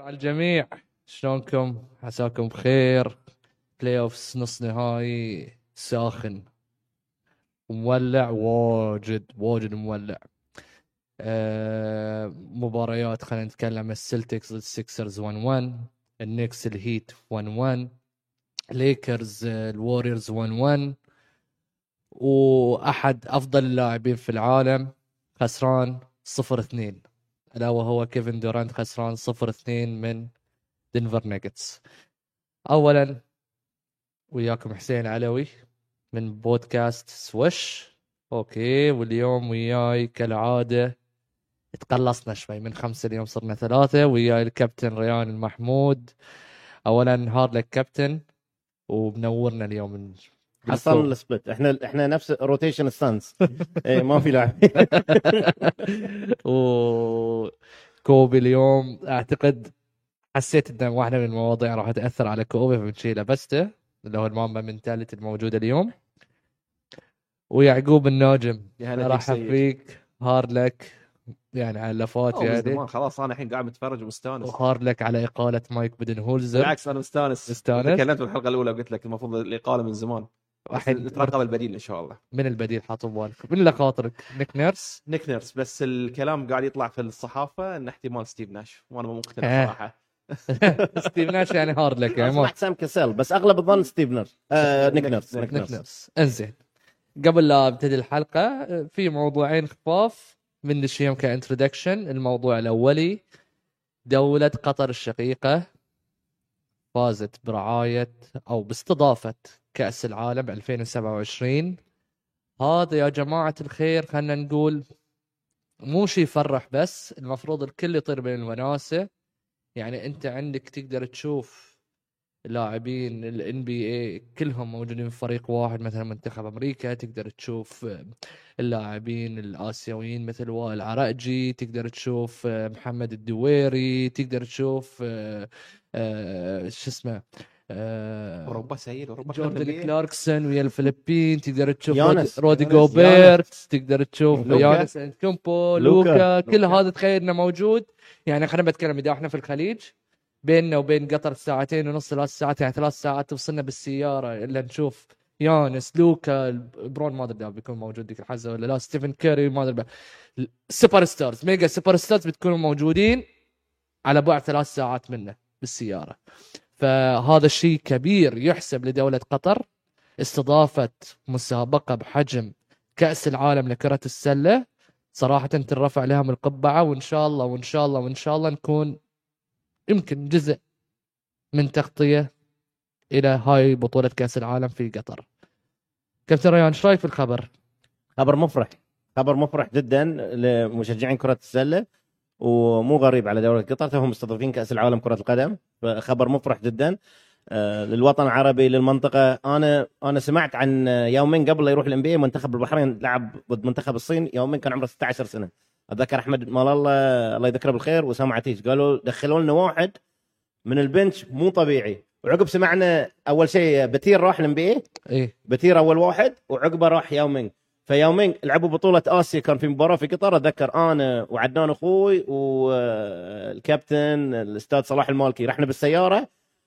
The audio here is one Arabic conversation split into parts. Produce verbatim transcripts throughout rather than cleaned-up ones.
على الجميع، شلونكم؟ عساكم بخير. بلاي اوفس نص نهائي ساخن ومولع، واجد واجد مولع. أه مباريات، خلينا نتكلم. السلتكس ضد السكسرز واحد واحد، النيكس الهيت واحد واحد، ليكرز الواريورز واحد واحد، واحد افضل اللاعبين في العالم خسران صفر اثنين، الا وهو كيفن دورانت، خسران صفر اثنين من دنفر نيجتس. اولا وياكم حسين علوي من بودكاست سوش. اوكي، واليوم وياي كالعاده تقلصنا شوي، من خمسه اليوم صرنا ثلاثه. وياي الكابتن ريان المحمود. اولا هارد لك كابتن، ومنورنا اليوم. حصلنا السبلت، احنا احنا نفس روتيشن ستانس. ايه ما في لاعب. وكوبي اليوم اعتقد حسيت ان واحده من المواضيع راح تاثر على كوبي، فبنشيله بسته اللي هو المامبا منتاليتي الموجوده اليوم. ويعقوب الناجم، ارحب فيك. هارد لك يعني على اللفات يعني. خلاص انا الحين قاعد متفرج ومستانس. وهارد لك على اقاله مايك بدن هولزر. بالعكس انا مستانس مستانس. تكلمت في الحلقه الاولى وقلت لك المفروض الاقاله من زمان، الحين نترقب البديل ان شاء الله. من البديل حاطوا بالك؟ من اللي خاطرك؟ نيك نيرس. نيك نيرس، بس الكلام قاعد يطلع في الصحافه ان احتمال ستيف ناش، وانا مو مقتنع صراحه. ستيف ناش يعني هارد لك يعني سمعت سام كسل، بس اغلب الظن ستيف نيرس. آه نيك نيرس. نيك نيرس. انزين، قبل لا ابتدي الحلقه في موضوعين خفاف من الشيم كانترودكشن. الموضوع الاولي، دوله قطر الشقيقه فازت برعايه او باستضافه كاس العالم ألفين وسبعة وعشرين. هذا يا جماعه الخير خلينا نقول مو شيء يفرح، بس المفروض الكل يطير بين الوناسه. يعني انت عندك تقدر تشوف لاعبين الان بي اي كلهم موجودين في فريق واحد، مثلا منتخب امريكا. تقدر تشوف اللاعبين الاسيويين مثل وائل عرقجي، تقدر تشوف محمد الدويري، تقدر تشوف شو اسمه اوروبا سيد اوروبا جوردن كلاركسون ويا الفلبين. تقدر تشوف يانس. رودي يانس. جوبيرت. تقدر تشوف لوكا. يانس كومبو، لوكا. لوكا. كل لوكا. هذا تخيل انه موجود. يعني خلينا بتكلم اذا احنا في الخليج بيننا وبين قطر ساعتين ونص، ثلاث ساعات، يعني ثلاث ساعات توصلنا بالسياره الا نشوف يانس، لوكا، برون ما ادري بيكون موجود ديك الحزه ولا لا، ستيفن كيري ما ادري. سوبر ستارز، ميجا سوبر ستارز بتكونوا موجودين على بعد ثلاث ساعات منه بالسياره. فهذا الشيء كبير يحسب لدوله قطر. استضافه مسابقه بحجم كاس العالم لكره السله صراحه ترفع لهم القبعه، وان شاء الله وان شاء الله وان شاء الله نكون يمكن جزء من تغطية إلى هاي بطولة كأس العالم في قطر. كابتن ريان، ايش رايك في الخبر؟ خبر مفرح، خبر مفرح جدا لمشجعين كرة السلة، ومو غريب على دولة قطر، توهم مستضيفين كأس العالم كرة القدم. فخبر مفرح جدا آه للوطن العربي، للمنطقة. أنا أنا سمعت عن يومين قبل لا يروح الإن بي إيه منتخب البحرين لعب ضد منتخب الصين، يومين كان عمره ستة عشر سنة. أتذكر أحمد مال الله الله يذكره بالخير وسام عتيش قالوا دخلوا لنا واحد من البنش مو طبيعي. وعقب سمعنا اول شيء بتير راح الام بي اي، ايه بتير اول واحد، وعقبه راح يومين. فيومين لعبوا بطوله اسيا، كان في مباراه في قطر، اتذكر انا وعدنان اخوي والكابتن الاستاذ صلاح المالكي رحنا بالسياره.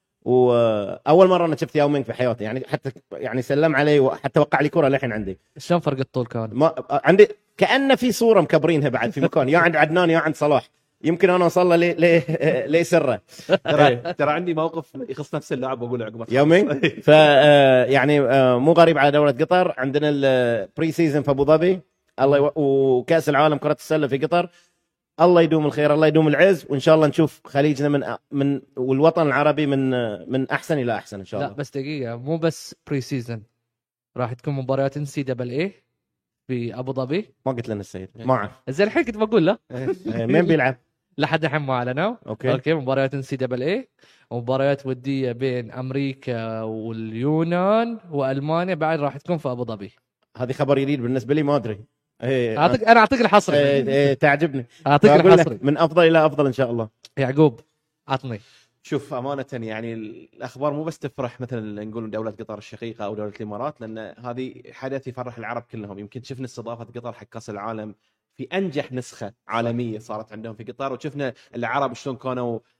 واول مره انا شفت يومين في حياتي، يعني حتى يعني سلم علي وحتى وقع لي كره للحين عندي. شلون فرق الطول كان؟ ما عندي كانه في صوره مكبرينها بعد في مكان، يا عند عدنان يا عند صلاح. يمكن انا اوصل له ليه ليه سره. ترى ترى عندي موقف يخص نفس اللاعب بقول عقبه يومين. ف يعني مو غريب على دوله قطر. عندنا البري سيزون في ابو ظبي، الله يو... وكاس العالم كره السله في قطر. الله يدوم الخير، الله يدوم العز، وان شاء الله نشوف خليجنا من من والوطن العربي من من احسن الى احسن ان شاء الله. لا بس دقيقه، مو بس بري سيزون، راح تكون مباريات ان سي دبل اي في ابو ظبي. ما قلت لنا السيد، ما اعرف. زين الحين كنت بقول له مين بيلعب لحد الحين ما اعلنوا. اوكي اوكي، مباريات ان سي دبل اي ومباريات وديه بين امريكا واليونان والمانيا بعد راح تكون في ابو ظبي. هذه خبر جديد بالنسبه لي، ما ادري. ايه اعطيك انا اعطيك الحصري. ايه ايه تعجبني. اعطيك الحصري من افضل الى افضل ان شاء الله. يعقوب عطني. شوف امانه يعني الاخبار مو بس تفرح مثلا نقول دوله قطر الشقيقه او دوله الامارات، لان هذه حدث يفرح العرب كلهم. يمكن شفنا استضافه قطر حق كاس العالم في انجح نسخه عالميه صارت عندهم في قطر، وشفنا العرب شلون كانوا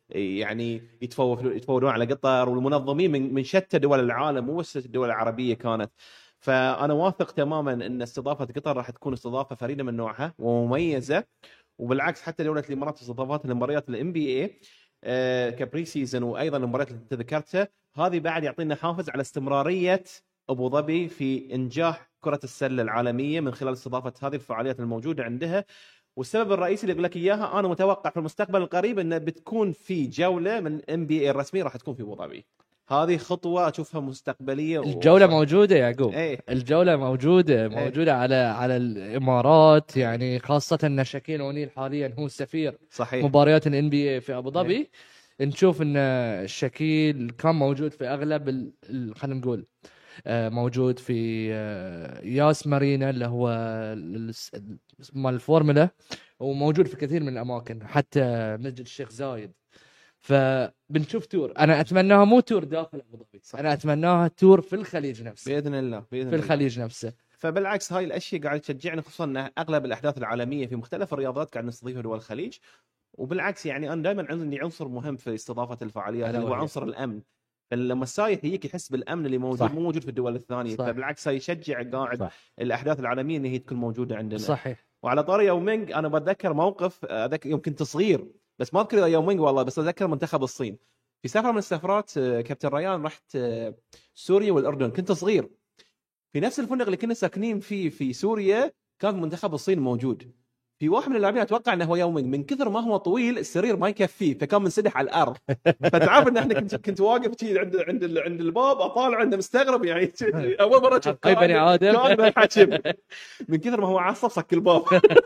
يعني يتفوّلون يتفوّلون على قطر، والمنظمين من من شتى دول العالم مو بس الدول العربيه كانت. فانا واثق تماما ان استضافه قطر راح تكون استضافه فريده من نوعها ومميزه. وبالعكس حتى دوله الامارات استضافت لمباريات الام بي اي كبري سيزون، وايضا المباريات اللي ذكرتها هذه بعد يعطينا حافز على استمراريه ابو ظبي في انجاح كره السله العالميه من خلال استضافه هذه الفعاليات الموجوده عندها. والسبب الرئيسي اللي اقول لك اياها، انا متوقع في المستقبل القريب انه بتكون في جوله من ام بي اي الرسميه راح تكون في ابو ظبي. هذه خطوه اشوفها مستقبليه. الجوله موجوده يا يعقوب. ايه. الجوله موجوده موجوده ايه. على على الامارات، يعني خاصه ان شاكيل اونيل حاليا هو سفير صحيح مباريات الان بي اي في ابو ظبي. ايه. نشوف ان شاكيل كان موجود في اغلب ال... خلينا نقول موجود في ياس مارينا اللي هو مال الفورمولا، وموجود في كثير من الاماكن حتى مسجد الشيخ زايد. فبنشوف تور، انا اتمناها مو تور داخل ابو ظبي، انا اتمناها تور في الخليج نفسه باذن الله باذن في الخليج نفسه. فبالعكس هاي الاشياء قاعد تشجعني، خصوصا ان اغلب الاحداث العالميه في مختلف الرياضات قاعد نستضيفها دول الخليج. وبالعكس يعني انا دائما عندي عنصر مهم في استضافه الفعاليات اللي هو عنصر الامن. فلما السايح يجيك يحس بالامن اللي موجود، مو موجود في الدول الثانيه. صح. فبالعكس هيشجع قاعد صح. الاحداث العالميه ان هي تكون موجوده عندنا. صحيح. وعلى طاري يومينغ انا بتذكر موقف، اذكر يوم كنت صغير بس ما اذكر يومينغ والله، بس اتذكر منتخب الصين في سفره من السفرات كابتن ريان، رحت سوريا والاردن، كنت صغير. في نفس الفندق اللي كنا ساكنين فيه في سوريا كان منتخب الصين موجود. في واحد من اللاعبين اتوقع انه هو يومينغ، من كثر ما هو طويل السرير ما يكفيه فكان منسدح على الارض. فتعرف ان احنا كنت كنت واقف شيء عند عند عند الباب اطالع عنده مستغرب، يعني اول مره اشوف اي بني ادم من كثر ما هو عصب صك الباب.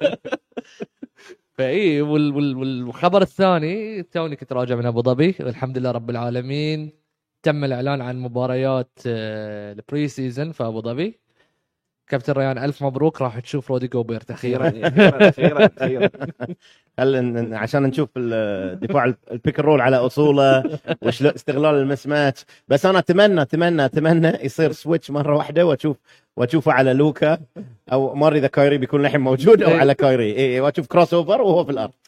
فاي والخبر الثاني توني كنت راجع من ابو ظبي والحمد لله رب العالمين تم الاعلان عن مباريات البري سيزون في ابو ظبي. كابتن ريان الف مبروك، راح تشوف رودي جوبيرت اخيرا اخيرا اخيرا. هل عشان نشوف الدفاع البيك رول على اصوله وشلون استغلال المس ماتش. بس انا اتمنى اتمنى اتمنى يصير سويتش مره واحده واشوف واشوفه على لوكا، او ماري اذا كايري بيكون لحم موجود، او على كايري اي واشوف كروس اوفر وهو في الارض.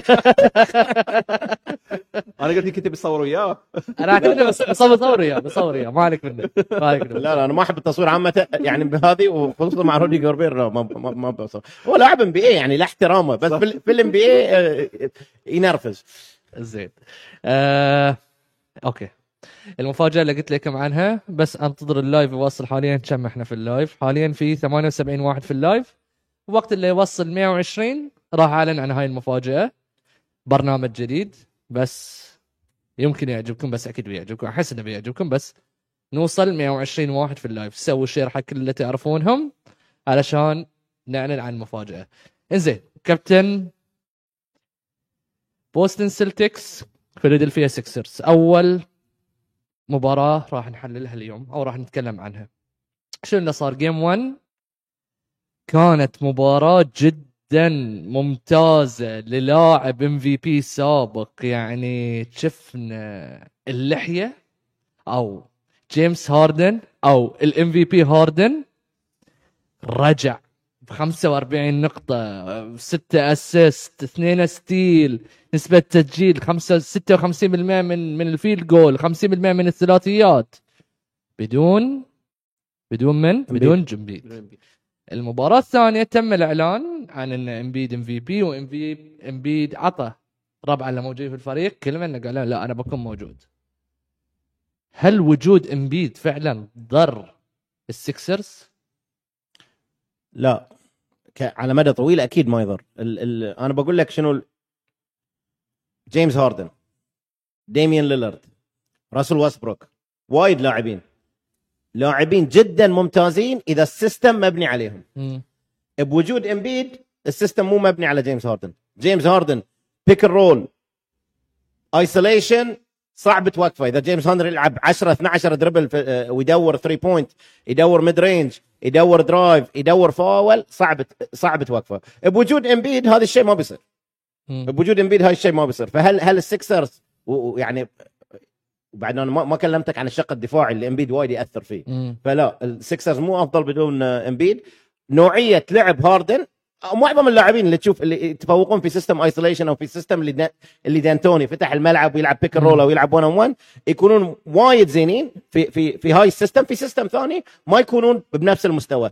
انا قلت كنت بصور وياه. انا كنت بصور بصور وياه بصور وياه ما عليك منه ما عليك منه. لا لا انا ما احب التصوير عامه يعني بهذه، وخصوصا مع رودي جوربير لا ما ما, ما بصور. هو لاعب ام بي اي يعني لا احترامه، بس في الام بي اي ينرفز. زين آه... اوكي المفاجاه اللي قلت لكم عنها، بس انتظر اللايف يوصل. حاليا كم احنا في اللايف؟ حاليا في ثمانية وسبعين واحد في اللايف. وقت اللي يوصل مئة وعشرين راح اعلن عن هاي المفاجاه. برنامج جديد بس يمكن يعجبكم، بس اكيد بيعجبكم، احس انه بيعجبكم. بس نوصل مئة وعشرين واحد في اللايف، سووا شير حق كل اللي تعرفونهم علشان نعلن عن مفاجاه. انزين كابتن بوستن سيلتكس فيلادلفيا سيكسرز، اول مباراه راح نحللها اليوم او راح نتكلم عنها. شو اللي صار؟ جيم واحد كانت مباراه جدا ممتازه للاعب ام في بي سابق. يعني شفنا اللحيه او جيمس هاردن او الام في بي هاردن رجع بخمسة وأربعين نقطة، ستة اسيست، اثنين ستيل، نسبة تسجيل خمسة ستة وخمسين بالمئة من من الفيلد جول، خمسين بالمئة من الثلاثيات، بدون بدون من بدون جمبيد. المباراة الثانية تم الإعلان عن أن إمبيد إم في بي، وإمبيد عطى ربعه اللي موجود في الفريق كلمة أنه قال لا أنا بكون موجود. هل وجود إمبيد فعلا ضر السكسرز؟ لا على مدى طويل أكيد ما يضر. ال ال أنا بقول لك شنو، جيمس هاردن، ديميان ليلارد، راسل ويستبروك، وايد لاعبين لاعبين جدا ممتازين اذا السيستم مبني عليهم. م. بوجود امبيد السيستم مو مبني على جيمس هاردن. جيمس هاردن بيك رول ايسوليشن صعب توقفه. اذا جيمس هاردن يلعب عشرة اثنا عشر دربل ويدور ثري بوينت، يدور ميد رينج، يدور درايف، يدور فاول، صعب صعب توقفه. بوجود امبيد هذا الشيء ما بيصير. بوجود امبيد هاي الشيء ما بيصير. فهل هل السكسرز ويعني وبعد انا ما كلمتك عن الشق الدفاعي اللي امبيد وايد ياثر فيه. مم. فلا السكسرز مو افضل بدون امبيد. نوعيه لعب هاردن معظم اللاعبين اللي تشوف اللي يتفوقون في سيستم ايسوليشن او في سيستم اللي دا اللي دانتوني فتح الملعب ويلعب بيك رول او يلعب واحد اون واحد يكونون وايد زينين في في في هاي السيستم. في سيستم ثاني ما يكونون بنفس المستوى.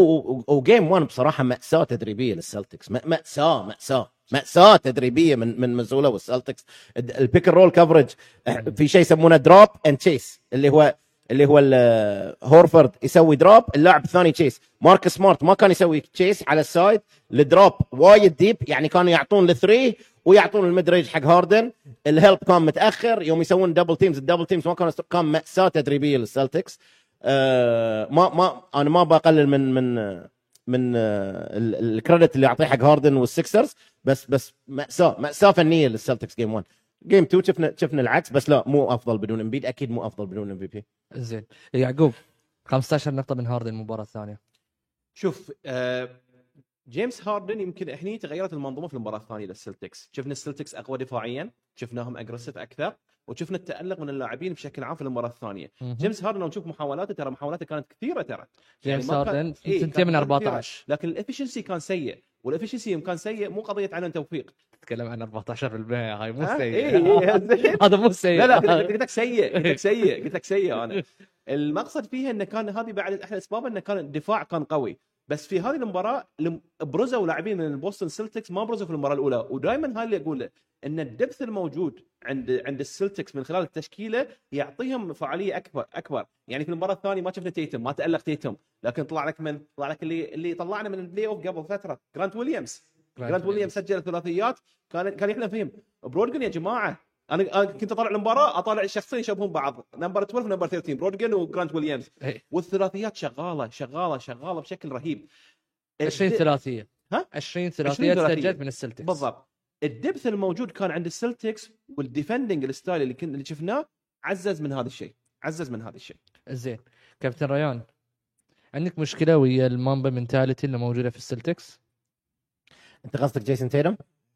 وجيم واحد بصراحه ماساه تدريبيه للسلتكس، ماساه ماساه مأساة تدريبية من من مزولا والسلتكس. البيك رول كفرج في شيء يسمونه دروب اند تشيس، اللي هو اللي هو هورفورد يسوي دروب، اللاعب الثاني تشيس. مارك سمارت ما كان يسوي تشيس على السايد، الدروب وايد ديب، يعني كانوا يعطون الثري ويعطون الميد رينج حق هاردن. الهيلب كان متاخر يوم يسوون دبل تيمز، الدبل تيمز ما كان كان مأساة تدريبيه للسلتكس. آه ما ما انا ما بقلل من من من الكريدت اللي يعطيه حق هاردن والسكسرز، بس بس مأساة مأساة فنيه للسلتكس جيم واحد. جيم اثنين شفنا شفنا العكس، بس لا مو افضل بدون امبيد، اكيد مو افضل بدون ام في بي. زين يعقوب، خمسة عشر نقطه من هاردن المباراه الثانيه. شوف آه جيمس هاردن يمكن هني تغيرت المنظومه في المباراه الثانيه للسلتكس. شفنا السلتكس اقوى دفاعيا، شفناهم اجريسيف اكثر، وشفنا التألق من اللاعبين بشكل عام في المباراه الثانيه. جيمس هاردن لو نشوف محاولاته، ترى محاولاته كانت كثيره، ترى جيمس يعني هاردن إيه ثنتين من أربعة عشر، لكن الافشنسي كان سيء. والافشنسي يوم كان سيء مو قضيه عدم توفيق، تتكلم عن أربعة عشر بالمية، هاي مو إيه سيء. إيه هذا مو سيء. لا لا قلت لك سيء، قلت لك سيء، قلت لك سيء. انا المقصد فيها انه كان هذه بعد احد الاسباب انه كان الدفاع كان قوي. بس في هذه المباراه برزوا لاعبين من البوستن سيلتكس ما برزوا في المباراه الاولى. ودائما هاي اللي اقوله، ان الدبث الموجود عند عند السيلتكس من خلال التشكيله يعطيهم فعاليه اكبر اكبر. يعني في المباراه الثانيه ما شفنا تيتم، ما تالق تيتم، لكن طلع لك من طلع لك اللي اللي طلعنا من البلاي اوف قبل فتره، جرانت ويليامز. جرانت ويليامز سجل ثلاثيات، كان كان يحلم فيهم. برودجن يا جماعه، انا كنت اطالع المباراه، اطالع الشخصين يشبهون بعض، نمبر اثنا عشر ونمبر ثلاثة عشر، برودجن وجرانت ويليامز، والثلاثيات شغاله شغاله شغاله بشكل رهيب. عشرين ثلاثيه، ها عشرين ثلاثيات سجلت من السلتكس بالضبط. الدبث الموجود كان عند السلتكس، والديفندنج الستايل اللي كنا اللي شفناه عزز من هذا الشيء، عزز من هذا الشيء. زين كابتن ريان، عندك مشكله ويا المامبا منتاليتي اللي موجوده في السلتكس؟ انت قصدك جيسون تيرم؟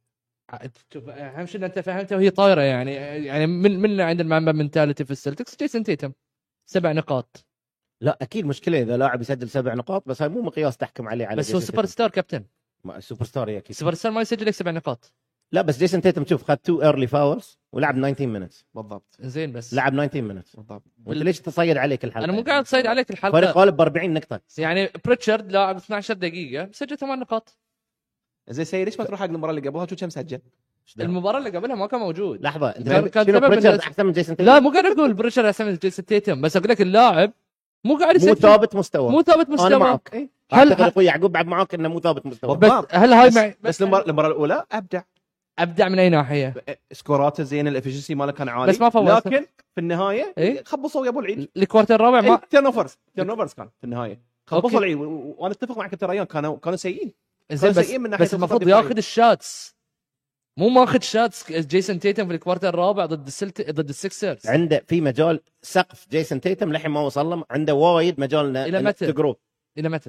شوف اهم شيء انت فهمته وهي طايره، يعني يعني من من عند المامبا منتاليتي في السلتكس جيسون تيتم سبع نقاط. لا اكيد مشكله اذا لاعب يسجل سبع نقاط، بس هاي مو مقياس تحكم عليه على بس هو سوبر ستار كابتن. ما سوبر ستار يا اكيد سوبر ستار ما يسجل لك سبع نقاط. لا بس جيسون تيتم شوف خد تو ايرلي فاولز ولعب تسعة عشر مينتس. بالضبط زين بس لعب تسعة عشر مينتس بالضبط. وانت ليش تصيد عليك الحلقه؟ انا مو قاعد اصيد عليك الحلقه. فريق غالب ب أربعين نقطه. يعني بريتشارد لاعب اثنتي عشرة دقيقه سجل ثمان نقاط. زين سيد ليش ما تروح حق المباراه اللي قبلها شو كم سجل؟ المباراه اللي قبلها ما كان موجود. لحظه انت كان- كان شنو سبب بريتشارد إن- احسن من جيسون تيتم؟ لا مو قاعد اقول بريتشارد احسن من جيسون تيتم، بس اقول لك اللاعب مو قاعد يسجل، مو ثابت مستوى. مو ثابت مستوى. انا معك. إيه؟ هل اعتقد اخوي يعقوب بعد معك انه مو ثابت مستوى. بس هل هاي معي بس المباراه المباراه الاولى ابدع، ابدع من اي ناحيه؟ سكوراته زين، الافشنسي ماله كان عالي، بس ما فوز. لكن في النهايه إيه؟ خبصوا يا ابو العيد. الكوارتر الرابع ما تيرن اوفرز تيرن اوفرز كان في النهايه خبصوا أوكي. العيد. وانا اتفق مع كابتن ريان، كانوا كانوا سيئين. زين كانوا بس سيئين من ناحية بس المفروض الخطة ياخذ الشاتس، مو ماخذ شاتس جيسون تيتم في الكوارتر الرابع ضد السلت ضد السكسرز. عنده في مجال سقف جيسون تيتم لحين ما وصل له، عنده وايد مجال إلى متى؟ تقروه. الى متى؟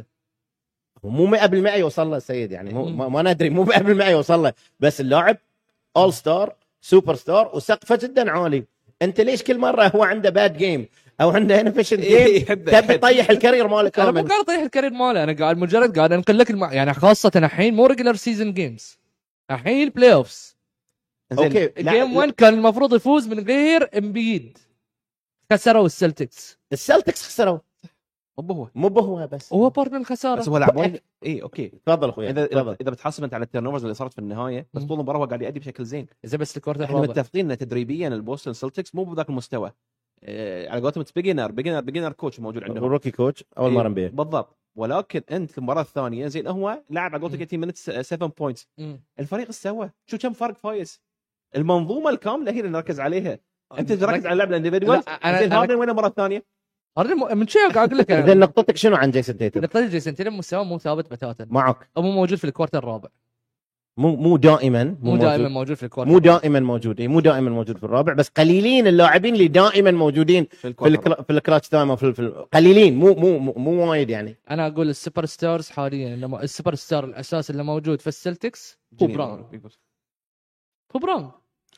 مو مئة بالمئة يوصل له السيد، يعني مو ما, ما ندري مو مئة بالمئة يوصل له، بس اللاعب اول ستار سوبر ستار وسقفه جدا عالي. انت ليش كل مره هو عنده باد جيم او عنده انفيشنت إيه، جيم يحب- تبي يحب. تطيح الكارير ماله انا مو كامل؟ قاعد اطيح الكارير ماله، انا قاعد مجرد قاعد انقل لك الم... يعني خاصه الحين مو ريجلر سيزون جيمز، الحين بلاي اوفز. اوكي جيم واحد كان المفروض يفوز من غير امبيد، خسروا السلتكس. السلتكس خسروا، مو هو مو بهو بس وهو بارت من الخساره. بس هو لعب وايد. اي اوكي تفضل اخوي اذا اذا, تفضل. إذا بتحاسب انت على التيرن اوفرز اللي صارت في النهايه، بس مم. طول المباراه هو قاعد يأدي بشكل زين. اذا بس الكوارتر احنا الرابع متفقين ان تدريبيا البوستن سلتكس مو بذاك المستوى. آه على قولتهم بيجنر بيجنر بيجنر كوتش موجود عندهم، روكي كوتش اول مره إيه، نبيه. بالضبط. ولكن انت المباراه الثانيه زين هو لاعب على قولتك ثمانية مينتس سبعة بوينتس. مم. الفريق استوى، شو كم فرق فايز. المنظومه الكامله هي اللي نركز عليها. انت تركز على اللعب الانديفيدوال. لا، أنا- زين أنا- هاردن وين المباراه الثانيه؟ هذا م- من شيء قاعد اقول لك اذا انا نقطتك شنو عن جيسون تيتم؟ نقطه جيسون تيتم مستوى مو ثابت بتاتا، معك او مو موجود في الكوارتر الرابع، مو مو دائما مو موجود. دائما موجود في الكوارتر مو دائما موجود، إيه، مو دائما موجود في الرابع، بس قليلين اللاعبين اللي دائما موجودين في في الكوارتر. الكلا في الكلاتش تايم او في, في قليلين، مو مو مو, مو وايد يعني. انا اقول السوبر ستارز حاليا اللي م- السوبر ستار الاساس اللي موجود في السلتكس هو جيني براون. براون. هو براون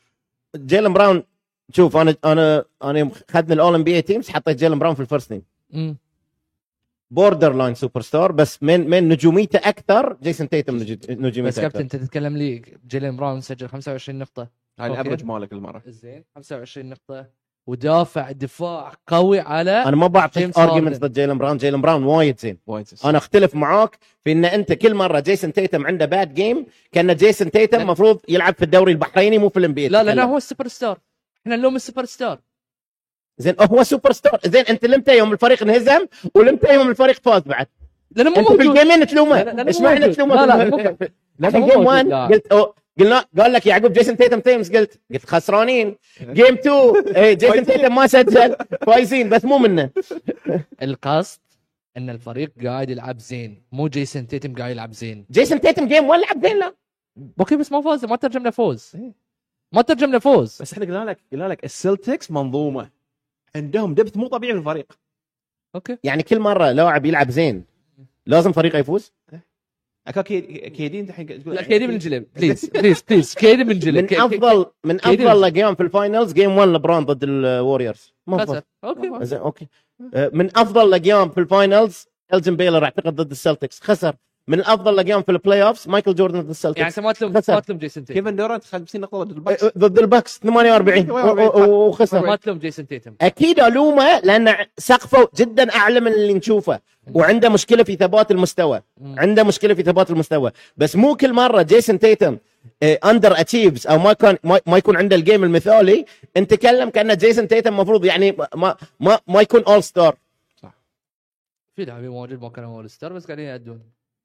جيلن براون، شوف انا انا انا يوم خدنا الاول ام بي اي تيمز حطيت جيلن براون في الفيرست تيم. امم بوردر لاين سوبر ستار، بس من من نجوميته اكثر جيسون تيتم نجوميته بس كابتن اكثر. انت تتكلم لي جيلين براون سجل خمسة وعشرين نقطه، هاي أوكي. الافرج مالك المره. زين خمسة وعشرين نقطه ودافع دفاع قوي على انا ما بعطيك جيمس ارجيومنت هاردن. ضد جيلن براون، جيلن براون وايد زين. وايد انا اختلف معاك في ان انت كل مره جيسون تيتم عنده باد جيم كان جيسون تيتم المفروض يلعب في الدوري البحريني مو في الانبي. لا لا هو السوبر ستار، احنا نلوم السوبر ستار. زين هو سوبر ستار، زين انت لمتى يوم الفريق انهزم ولمتى يوم الفريق فاز بعد؟ لانه مو انت موجود. بالجيمين تلومه، لا، لا، ايش مو معنى موجود. تلومه؟ لا لا مو- لكن مو جيم موجود، واحد لا. قلت أو قلنا قال لك يعقوب جيسون تيتم تيمز، قلت قلت خسرانين. جيم اثنين إيه جيسون تيتم ما سجل، فايزين بس مو منه. القصد ان الفريق قاعد يلعب زين، مو جيسون تيتم قاعد يلعب زين. جيسون تيتم جيم ولا لعب زين؟ لا اوكي بس ما فاز، ما ترجم له فوز، ما ترجم له فوز. بس احنا قلنا لك قلنا لك السلتكس منظومه، عندهم دبث مو طبيعي في الفريق. اوكي يعني كل مره لاعب يلعب زين لازم فريقه يفوز. اكيد كيدي انت الحين تقول لا كيدي بنجلب بليز بليز بليز كيدي بنجلب. من افضل من كيدي افضل جيم في الفاينلز جيم واحد لبران ضد الوريورز ما فاز. خسر. اوكي زين اوكي. آه، من افضل الايام في الفاينلز الجن بيلر اعتقد ضد السلتكس خسر. من افضل الايام في البلاي اوفز مايكل جوردن ضد السلتكس يعني انت ما تلوم خسر. ما تلوم جيسون تيتم، كيفن دورانت خمسين نقطه ضد الباكس آه، ضد الباكس ثمانية وأربعين و- و- وخسر. ما تلوم جيسون تيتم. اكيد الومه لان سقفه جدا اعلى من اللي نشوفه، وعنده مشكله في ثبات المستوى، مم. عنده مشكله في ثبات المستوى. بس مو كل مره جيسون تيتم اندر اتشيفز او ما كان ما, ما يكون عنده الجيم المثالي نتكلم كان جيسون تيتم المفروض يعني ما ما ما يكون اول ستار. في لاعبين موجود ما كانوا اول ستار بس قاعدين يأدون.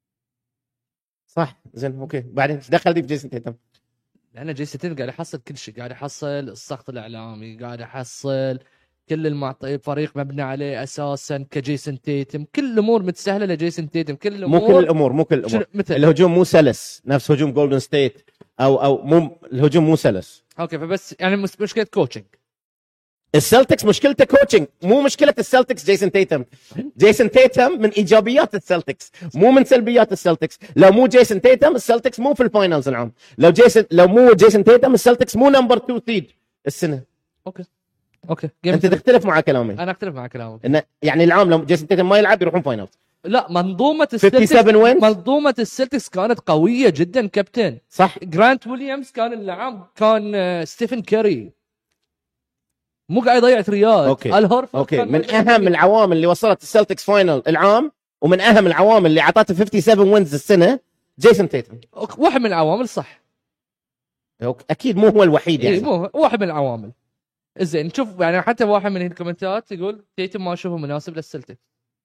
صح زين اوكي. بعدين ايش دخل دي في جيسون تيتم؟ لان جيسون تيتم قاعد يحصل كل شيء، قاعد يحصل السخط الاعلامي، قاعد يحصل كل المعطي، فريق مبني عليه اساسا كجيسون تيتم، كل الامور متسهله لجيسون تيتم، كل الامور مو كل الامور مو كل الامور. مثل الهجوم مو سلس نفس هجوم جولدن ستيت او او مو الهجوم مو سلس. اوكي فبس يعني مس- مشكله كوتشنج. السلتكس مشكلته كوتشنج، مو مشكله السلتكس جيسون تيتم. جيسون تيتم من ايجابيات السلتكس مو من سلبيات السلتكس. لو مو جيسون تيتم السلتكس مو في الفاينلز العام. لو جيسون لو مو جيسون تيتم السلتكس مو نمبر اثنين سيد السنه. اوكي اوكي انت تختلف مع كلامي انا اختلف مع كلامك. انه يعني العام لو جيسون تيتم ما يلعب يروحون فاينلز. لا منظومه سبعة وخمسين السلتكس وينز منظومه السلتكس كانت قويه جدا كابتن. صح. جرانت ويليامز كان اللعام، كان آه، ستيفن كاري مو قاعد يضيع ثريات. أوكي. الهورفورد اوكي كان من يضيع اهم ثريات. العوامل اللي وصلت السلتكس فاينل العام ومن اهم العوامل اللي اعطته سبعة وخمسين وينز السنه جيسون تيتم. أوك- واحد من العوامل صح. أوكي. اكيد مو هو الوحيد يعني. إيه مو واحد من العوامل. زين نشوف يعني حتى واحد من الكومنتات يقول تيتم ما اشوفه مناسب للسلتك.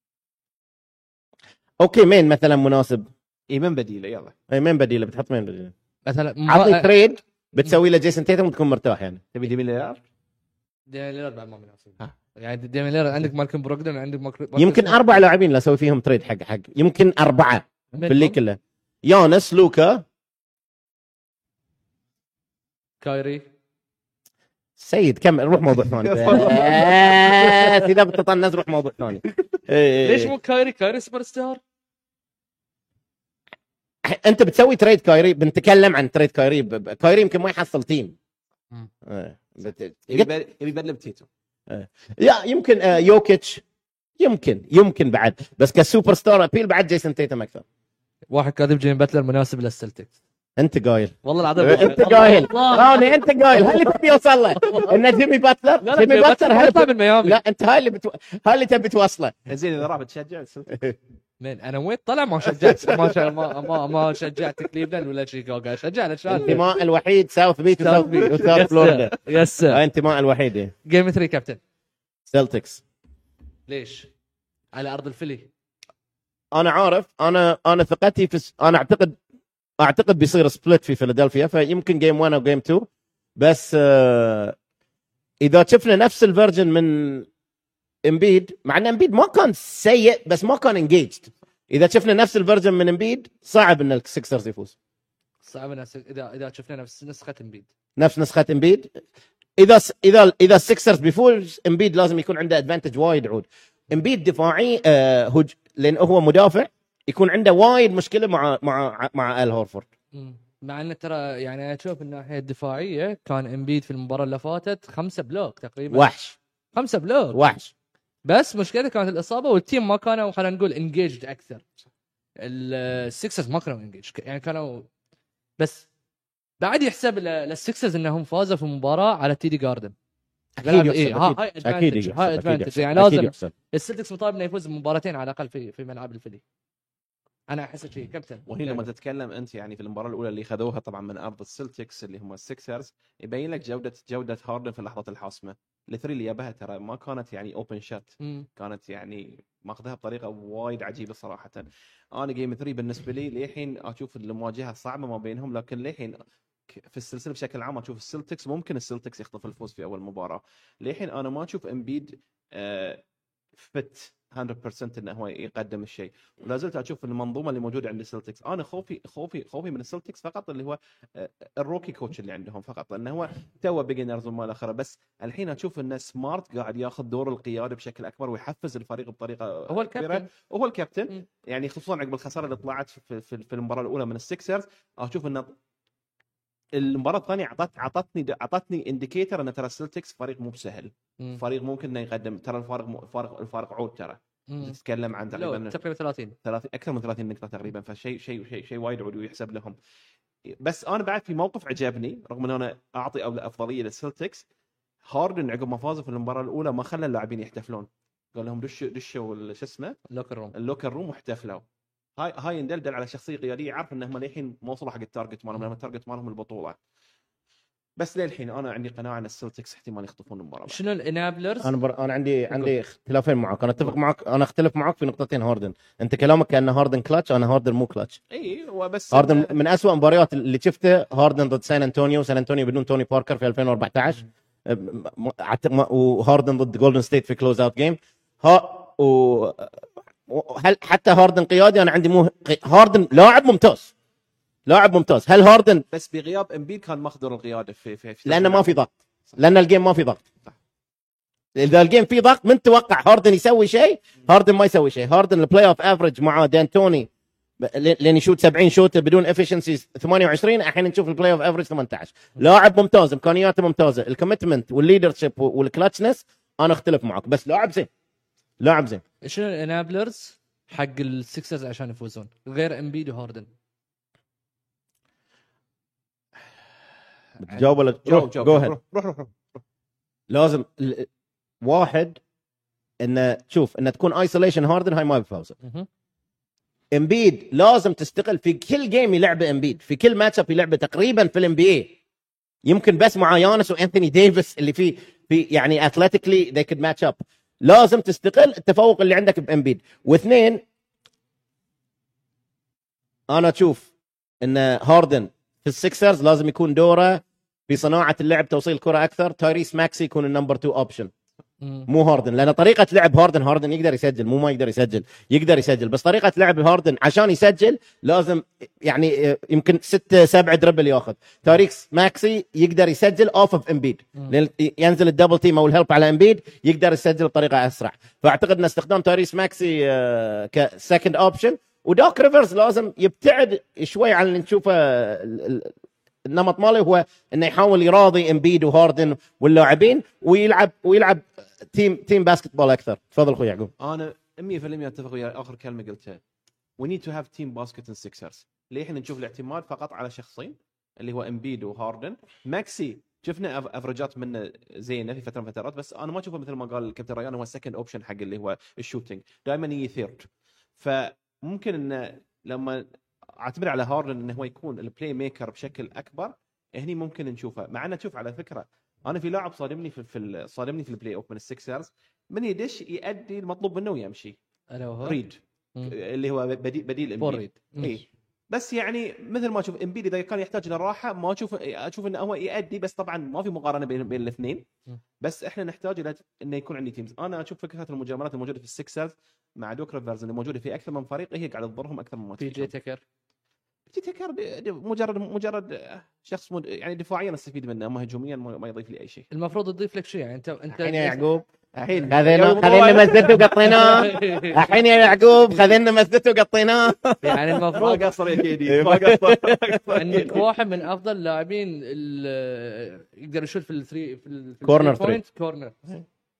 اوكي مين مثلا مناسب؟ اي من بديله يلا اي مين بديله؟ بتحط مين بديله؟ مثلا عطني ما... تريد بتسوي له جيسون تيتم وتكون مرتاح يعني. تبي ديمين ليلارد ديمين ليلارد بعد ما مناسب. ها. يعني ديمين ليلارد عندك مالكم بروغدن، عندك مارك... يمكن اربع لاعبين لا اسوي فيهم تريد حق حق يمكن اربعه في اللي كله. يانس، لوكا، كايري. سيد كم نروح موضوع ثاني. بس اذا بتطنز روح موضوع ثاني. إيه. ليش مو كايري؟ كايري سوبر ستار. انت بتسوي تريد كايري، بنتكلم عن تريد كايري. ب- ب- كايري يمكن ما يحصل تيم. مم. إيه. بت- يبي يبدل- يبي يبدل بتيتو. يا يمكن آه، يوكيتش يمكن يمكن بعد، بس كسوبر ستار ابيل بعد جيسون تيتم اكثر. واحد كاتب جيم باتلر مناسب للسلتكس. انت قايل. والله العظيم انت قايل روني، انت قايل. هل اللي تبي يوصل له ان جيمي باتلر؟ لا لا جيمي باتلر هل باتلر من ميامي. لا انت هاي اللي بتو... هاي اللي تبي توصله. زين اذا راح بتشجع السلتكس. من انا وين طلع ما شجعت ما شا... ما ما, ما شجعت كليفلاند ولا شيكاغو، شجع علشان الانتماء الوحيد ساوث بيتش ساوث وساوث وساوث فلوريدا. يس هاي انتماء الوحيد. إيه. جيم ثلاثة كابتن. سلتكس. ليش؟ على ارض الفيلي. انا عارف، انا انا ثقتي في س... انا اعتقد اعتقد بيصير سبلت في فيلادلفيا، فيمكن جيم واحد او جيم اثنين. بس آه اذا شفنا نفس الفيرجن من امبيد، مع ان امبيد ما كان سيء بس ما كان انجيجد. اذا شفنا نفس الفيرجن من امبيد صعب ان السكسرز يفوز. صعب نفس اذا اذا شفنا نفس نسخه امبيد. نفس نسخه امبيد. اذا س... اذا اذا السكسرز بيفوز امبيد لازم يكون عنده ادفانتج وايد عود. امبيد دفاعي آه هج... لان هو مدافع يكون عنده وايد مشكله مع مع مع ال هورفورد. مم. مع ان ترى يعني اشوف الناحيه الدفاعيه كان امبيد في المباراه اللي فاتت خمسه بلوك تقريبا. وحش خمسه بلوك. وحش. بس مشكلته كانت الاصابه والتيم ما كانوا خلينا نقول انجيجد اكثر. السكسرز ما كانوا انجيج يعني كانوا بس بعد يحسب للسكسرز انهم فازوا في مباراه على تيدي جاردن. اكيد إيه يحسب ها اكيد هاي اكيد ادفانتج يحسب هاي أكيد ادفانتج يحسب. يعني أكيد لازم يحسب. السلتكس مطالب انه يفوز بمباراتين على الاقل في في ملعب الفيلي. انا احس شيء كابتن. وهنا لما تتكلم انت يعني في المباراه الاولى اللي خذوها طبعا من ارض السلتكس اللي هم السكسرز يبين لك جوده جوده هاردن في اللحظات الحاسمه. الثري اللي جابها ترى ما كانت يعني اوبن شات، كانت يعني ماخذها بطريقه وايد عجيبه صراحه. انا جيم ثري بالنسبه لي للحين اشوف المواجهه صعبه ما بينهم، لكن للحين في السلسله بشكل عام اشوف السلتكس ممكن السلتكس يخطف الفوز في اول مباراه. للحين انا ما اشوف امبيد آه فت مية بالمية انه هو يقدم الشيء، ولا زلت اشوف المنظومه اللي موجوده عند السلتكس. انا خوفي خوفي خوفي من السلتكس فقط اللي هو الروكي كوتش اللي عندهم فقط، لانه هو تو بيجنرز وما الى اخره. بس الحين اشوف ان سمارت قاعد ياخذ دور القياده بشكل اكبر ويحفز الفريق بطريقه هو الكابتن وهو الكابتن يعني خصوصا عقب الخساره اللي طلعت في, في, في المباراه الاولى من السكسرز. اشوف ان المباراه الثانيه اعطت اعطتني اعطتني انديكيتر ان ترى السلتكس فريق مو بسهل، فريق ممكن انه يقدم. ترى الفارق الفارق الفارق عود، ترى تتكلم عن تقريبا تقريبا ثلاثين ثلاثين اكثر من ثلاثين نقطه تقريبا، فشيء شيء شيء شيء وايد عود ويحسب لهم. بس انا بعد في موقف عجبني رغم ان انا اعطي افضليه للسلتكس. هاردن عقب ما فازوا في المباراه الاولى ما خلى اللاعبين يحتفلون، قال لهم دشوا دشوا شو اسمه اللوكر روم اللوكر روم واحتفلوا. هاي هاي يدل على شخصيه قياديه، يعرف انهم للحين ما وصلوا حق التارجت مالهم، لما التارجت مالهم البطوله. بس للحين انا عندي قناعه ان السلتكس احتمال يخطفون المباراه. شنو الانابلرز؟ انا بر... انا عندي عندي اختلافين معك. انا اتفق معك، انا اختلف معك في نقطتين. هاردن انت كلامك كان هاردن كلتش، انا هاردن مو كلتش. اي وبس هاردن من أسوأ مباريات اللي شفته هاردن ضد سان انطونيو، سان انطونيو بدون توني باركر في ألفين وأربعة عشر، وهاردن ضد جولدن ستيت في كلوز اوت جيم. ها و هل حتى هاردن قيادي؟ انا عندي مو هاردن لاعب ممتاز، لاعب ممتاز. هل هاردن بس بغياب امبيد كان ماخذ دور القياده في في, في لانه ما في ضغط، لان الجيم ما في ضغط. اذا الجيم في ضغط من توقع هاردن يسوي شيء، هاردن ما يسوي شيء. هاردن البلاي اوف افريج مع دانتوني لين يشوت سبعين شوت بدون افشنسي ثمانية وعشرين، الحين نشوف البلاي اوف افريج ثمانية عشر. لاعب ممتاز، امكانياته ممتازه، الكوميتمنت والليدرشيب والكلاتشنس انا اختلف معك، بس لاعب زين، لاعب زين. شنو الانابلرز حق السكسرز عشان يفوزون غير امبيد وهاردن؟ بتجاوب ولا جاوب جاوب روح روح روح, روح. لازم واحد انه تشوف انه تكون ايسوليشن هاردن، هاي ما بفوزه. امبيد لازم تستقل في كل جيم يلعبه امبيد، في كل ماتش اب يلعبه تقريبا في الام بي اي، يمكن بس مع يانس وانثوني ديفيس اللي في في يعني اثليتيكلي ذي كود ماتش اب. لازم تستقل التفوق اللي عندك بامبيد. واثنين انا اشوف ان هاردن في السكسرز لازم يكون دوره في صناعه اللعب، توصيل الكره اكثر. تايريس ماكسي يكون النمبر تو اوبشن مو هاردن، لان طريقه لعب هاردن هاردن يقدر يسجل، مو ما يقدر يسجل، يقدر يسجل، بس طريقه لعب هاردن عشان يسجل لازم يعني يمكن ستة سبعة دربل ياخذ. تايريس ماكسي يقدر يسجل اوف اوف امبيد، ينزل الدبل تيم او الهيلب على امبيد يقدر يسجل بطريقه اسرع. فاعتقد ان استخدام تايريس ماكسي كسكند اوبشن، ودوك ريفرز لازم يبتعد شوي عن اللي نشوفه. النمط ماله هو انه يحاول يراضي امبيد وهاردن واللاعبين ويلعب ويلعب تيم تيم باسكت بول اكثر. تفضل اخوي يعقوب. انا مية بالمية اتفق ويا اخر كلمه قلتها. we need to have team basket and sixers. ليه نشوف الاعتماد فقط على شخصين اللي هو امبيد وهاردن. ماكسي شفنا افرجات منه زينه في فتره من فترات، بس انا ما اشوفه مثل ما قال الكابتن ريان هو السكند اوبشن حق اللي هو الشوتينج، دائما يجي ثيرد. فممكن انه لما اعتمد على هاردن انه هو يكون البلاي ميكر بشكل اكبر، هني ممكن نشوفه. مع انه تشوف على فكره انا في لاعب صادمني في, في صادمني في البلاي اوف من السكسرز، من يدش يؤدي المطلوب منه ويمشي. ريد اللي هو بديل بديل امبيد. اي بس يعني مثل ما اشوف امبيد اذا كان يحتاج للراحه ما اشوف اشوف انه هو يؤدي، بس طبعا ما في مقارنه بين بين الاثنين. بس احنا نحتاج الى انه يكون عندي تيمز. انا اشوف فكره المجاملات الموجوده في السكسرز مع دوك ريفرز اللي موجوده في اكثر من فريق هي قاعده تضرهم اكثر من ما بي جي تكر بي جي تكر مجرد مجرد شخص مد... يعني دفاعيا استفيد منه، اما هجوميا ما يضيف لي اي شيء. المفروض تضيف لك شيء يعني انت انت الحين يا يعقوب الحين خذينا خذينا مزته وقطيناه. الحين يا يعقوب خذينا مزته وقطيناه. يعني المفروض ما قصر يا كيدي ما قصر انك واحد من افضل اللاعبين يقدر يشوت في الثري في كورنر ثري كورنر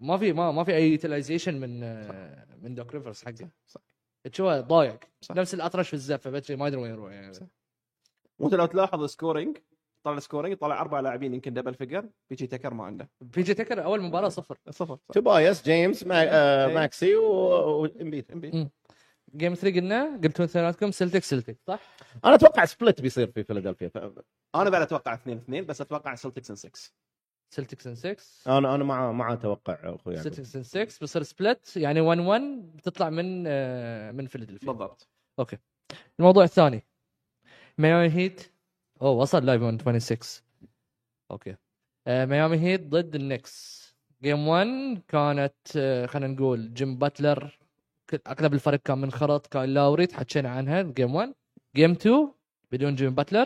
ما في ما ما في اي يوتيلايزيشن من آه، من دوك ريفرز حقه صح تشوفه ضايق نفس الاطرش في الزفه بس ما ادري وين يروح يعني صح. وانت لو تلاحظ السكورينج طلع السكورينج طلع اربع لاعبين يمكن دبل فيجر بيجي تكر ما عنده بي جي تكر اول مباراه صفر صفر توبايس جيمس ما... آه ماكسي وامبيد. جيم ثلاثة قلنا قلتوا اثنيناتكم سلتك سلتك صح؟ انا اتوقع سبلت بيصير في فيلادلفيا ف... انا بعد اتوقع اثنين اثنين بس اتوقع سلتكس ان ستة سلتكس ان ستة انا انا مع مع اتوقع اخوي يعني. سلتكس ان ستة بيصير سبلت يعني واحد واحد بتطلع من آه، من فيلادلفيا بالضبط. اوكي الموضوع الثاني ميامي هيت اوه وصل لايف ستة وعشرين اوكي آه، ميامي هيت ضد النكس جيم واحد كانت آه، خلينا نقول جيم باتلر اغلب الفريق كان منخرط كايل لاوري تحكينا عنها جيم واحد جيم اثنين بدون جيم باتلر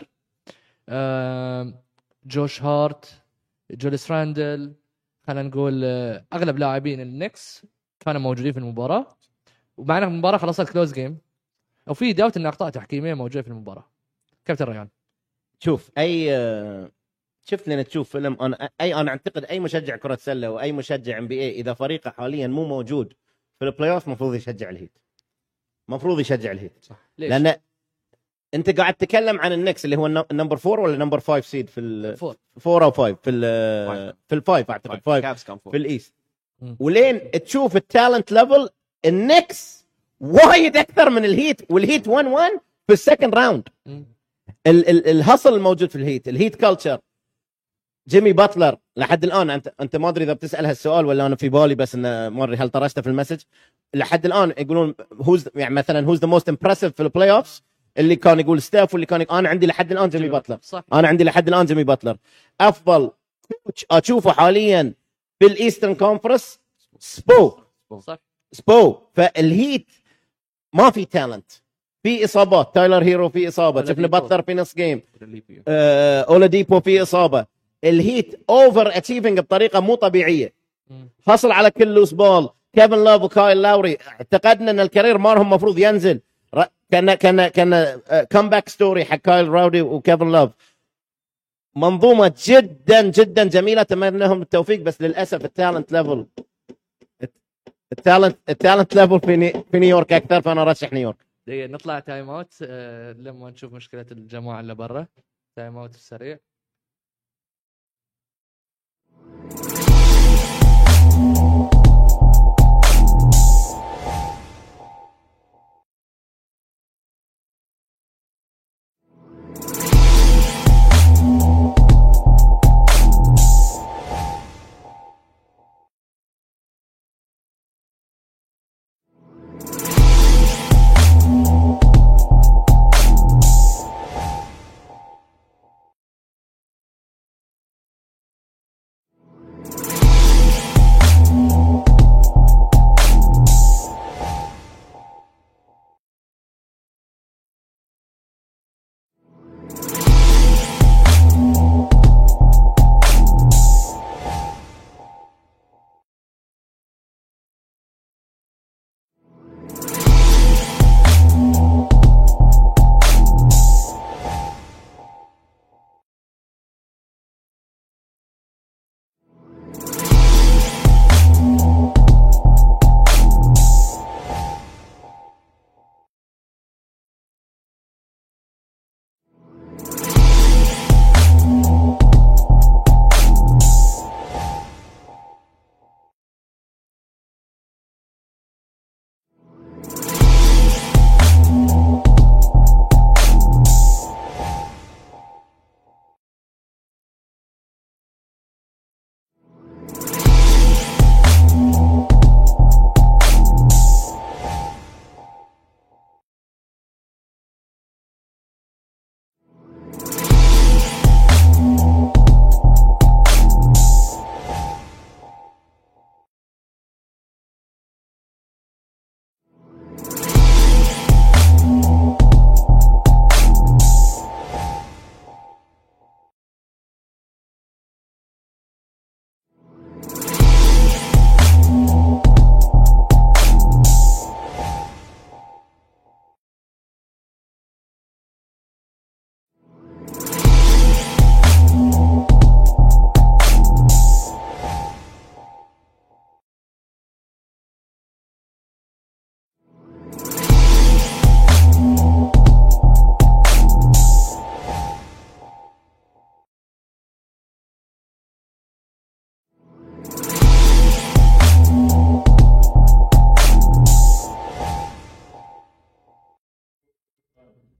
آه، جوش هارت جوليس راندل خلينا نقول آه، اغلب لاعبين النكس كانوا موجودين في المباراه ومعنا المباراه خلصت كلوز جيم وفي داوت ان اخطاء تحكيميه موجوده في المباراه. كابتن ريان شوف اي شفت لنا تشوف فيلم انا اي انا اعتقد اي مشجع كره سله واي مشجع ام بي اي اذا فريقه حاليا مو موجود في البلاي اوف المفروض يشجع الهيت المفروض يشجع الهيت صح. ليش؟ لان انت قاعد تتكلم عن النكس اللي هو النمبر فور ولا نمبر فايف سيد في الفور فور او فايف في ال في الفايف اعتقد فايف في الايست ولين تشوف التالنت ليفل النكس وايد اكثر من الهيت والهيت واحد واحد في السكند راوند. ال ال الهصل الموجود في الهيت الهيت كلتشر جيمي باتلر لحد الان انت انت ما ادري اذا بتسال هالسؤال ولا انا في بالي بس انه ما ادري هل طرشته في المسج لحد الان يقولون هوز يعني مثلا هوز ذا موست امبرسيف في البلاي اوفز اللي كان يقول ستاف واللي كان يقول انا عندي لحد الان جيمي باتلر صح. انا عندي لحد الان جيمي باتلر افضل كوتش اشوفه حاليا في الايسترن كونفرنس سبو صح سبو فالهيت ما في تالنت في اصابات تايلر هيرو في اصابه شفنا باتلر في نص جيم آه، اولاديبو في اصابه الهيت اوفر اتشيفنج بطريقه مو طبيعيه حصل على كل لوس بول كيفن لوف وكايل لاوري اعتقدنا ان الكارير مالهم المفروض ينزل كان كان كان كومباك ستوري حق كايل راودي وكيفن لوف منظومه جدا جدا جميله اتمنى لهم التوفيق بس للاسف التالنت ليفل التالنت التالنت ليفل في في نيويورك اكثر فانا ارشح نيويورك. نطلع تايم اوت أه لما نشوف مشكله الجماعه اللي برا تايم اوت السريع.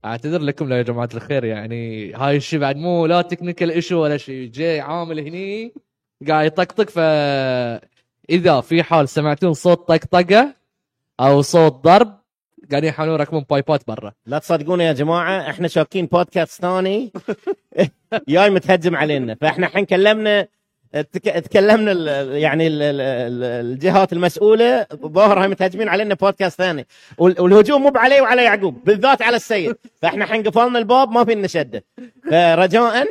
اعتذر لكم يا جماعه الخير، يعني هاي الشيء بعد مو لا تكنيكال ايشو ولا شيء، جاي عامل هني قاعد يطقطق. فاذا في حال سمعتون صوت طقطقه او صوت ضرب قاعدين يحاولون يركبون بايبات برا. لا تصدقونا يا جماعه، احنا شاكين بودكاست ثاني جاي متهجم علينا، فاحنا الحين كلمنا تك... تكلمنا ال... يعني ال... ال... الجهات المسؤوله، ظاهر هاي متهجمين علينا بودكاست ثاني، وال... والهجوم مو علي وعلى يعقوب، بالذات على السيد، فاحنا الحين قفلنا الباب ما فينا نشده. فرجاء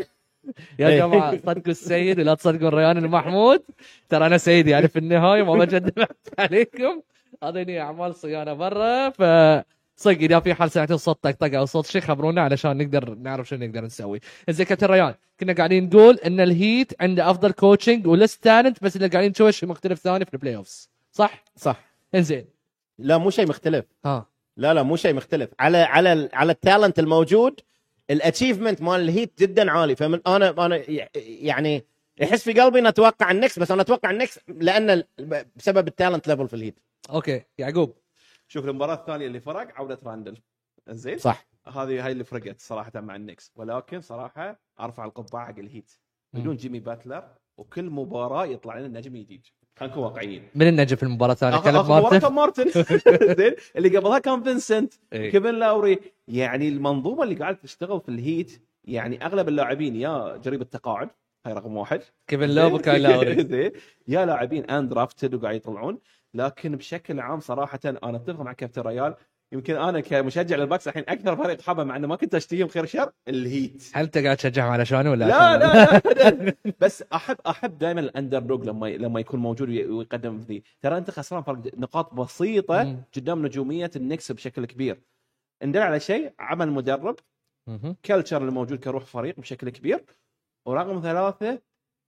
يا جماعه صدقوا السيد ولا تصدقون ريان المحمود، ترى انا سيدي يعني في النهايه ما بجدد عليكم، هذه اعمال صيانه برا. ف صدق اذا في حال سمعتوا صوت طقطقه او صوت شيء خبرونا علشان نقدر نعرف شنو نقدر نسوي. زين كابتن ريان، كنا قاعدين نقول ان الهيت عنده افضل كوتشنج ولس تالنت، بس اللي قاعدين نشوف شيء مختلف ثاني في البلاي اوفز، صح؟ صح. انزين لا مو شيء مختلف، ها لا لا مو شيء مختلف، على على على التالنت الموجود، الاتشيفمنت مال الهيت جدا عالي. فمن انا انا يعني يحس في قلبي ان اتوقع النكس، بس انا اتوقع النكس لان بسبب التالنت ليفل في الهيت. اوكي يعقوب. شوف المباراه الثانيه اللي فرق عوده راندل، زين صح، هذه هاي اللي فرقت صراحه مع النكس، ولكن صراحه ارفع القبعه حق الهيت بدون جيمي باتلر، وكل مباراه يطلع لنا نجم جديد. خلينا نكون واقعيين. من النجم في المباراه الثانيه؟ كان مارتن كان مارتن زين، اللي قبلها كان فينسنت، إيه. كيفن لاوري. يعني المنظومه اللي قاعده تشتغل في الهيت، يعني اغلب اللاعبين يا جريب التقاعد، هاي رقم واحد، كيفن لوف وكايل لاوري زين، يا لاعبين اندرافتد وقاعد يطلعون. لكن بشكل عام صراحه انا اتفق مع كابتن ريال، يمكن انا كمشجع للباكس الحين اكثر فريق حابه، مع انه ما كنت اشتهيهم خير شر، الهيت. هل انت قاعد تشجعهم علشانه ولا لا لا لا بس احب احب دائما الاندر دوغ لما لما يكون موجود ويقدم ذي. ترى انت خسران فرق نقاط بسيطه مم. قدام نجوميه النكس بشكل كبير. ندل على شيء، عمل مدرب، كلتشر اللي موجود كروح فريق بشكل كبير. ورقم ثلاثه،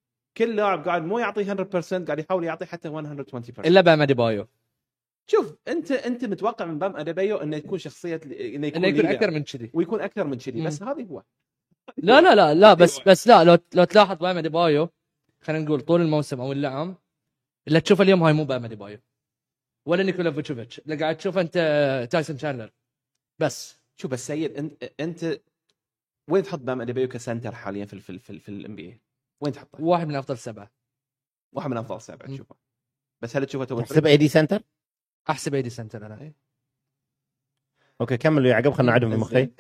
كل لاعب قاعد مو يعطي مية بالمية، قاعد يحاول يعطي حتى مية وعشرين بالمية. الا بام اديبايو. شوف انت انت متوقع من بام اديبايو انه يكون شخصيه، انه يكون, انه يكون اكثر من كذي، ويكون اكثر من كذي، بس هذه هو. لا لا لا لا بس بس لا، لو لو تلاحظ بام اديبايو، خلينا نقول طول الموسم او اللعم اللي تشوفه اليوم، هاي مو بام اديبايو ولا نيكولا فوتشوفيتش اللي قاعد تشوفه انت، تايسون شانلر بس. شوف السيد، انت انت وين تحط بام اديبايو كسنتر حاليا في في في, في الام بي اي؟ وين تحطه؟ واحد من افضل سبعه، واحد من افضل سبعه تشوفه. بس هل تشوفه تو تحسب اي دي سنتر؟ احسب ايدي سنتر انا. اوكي كملوا يا عقب، خلنا نعدهم في مخي.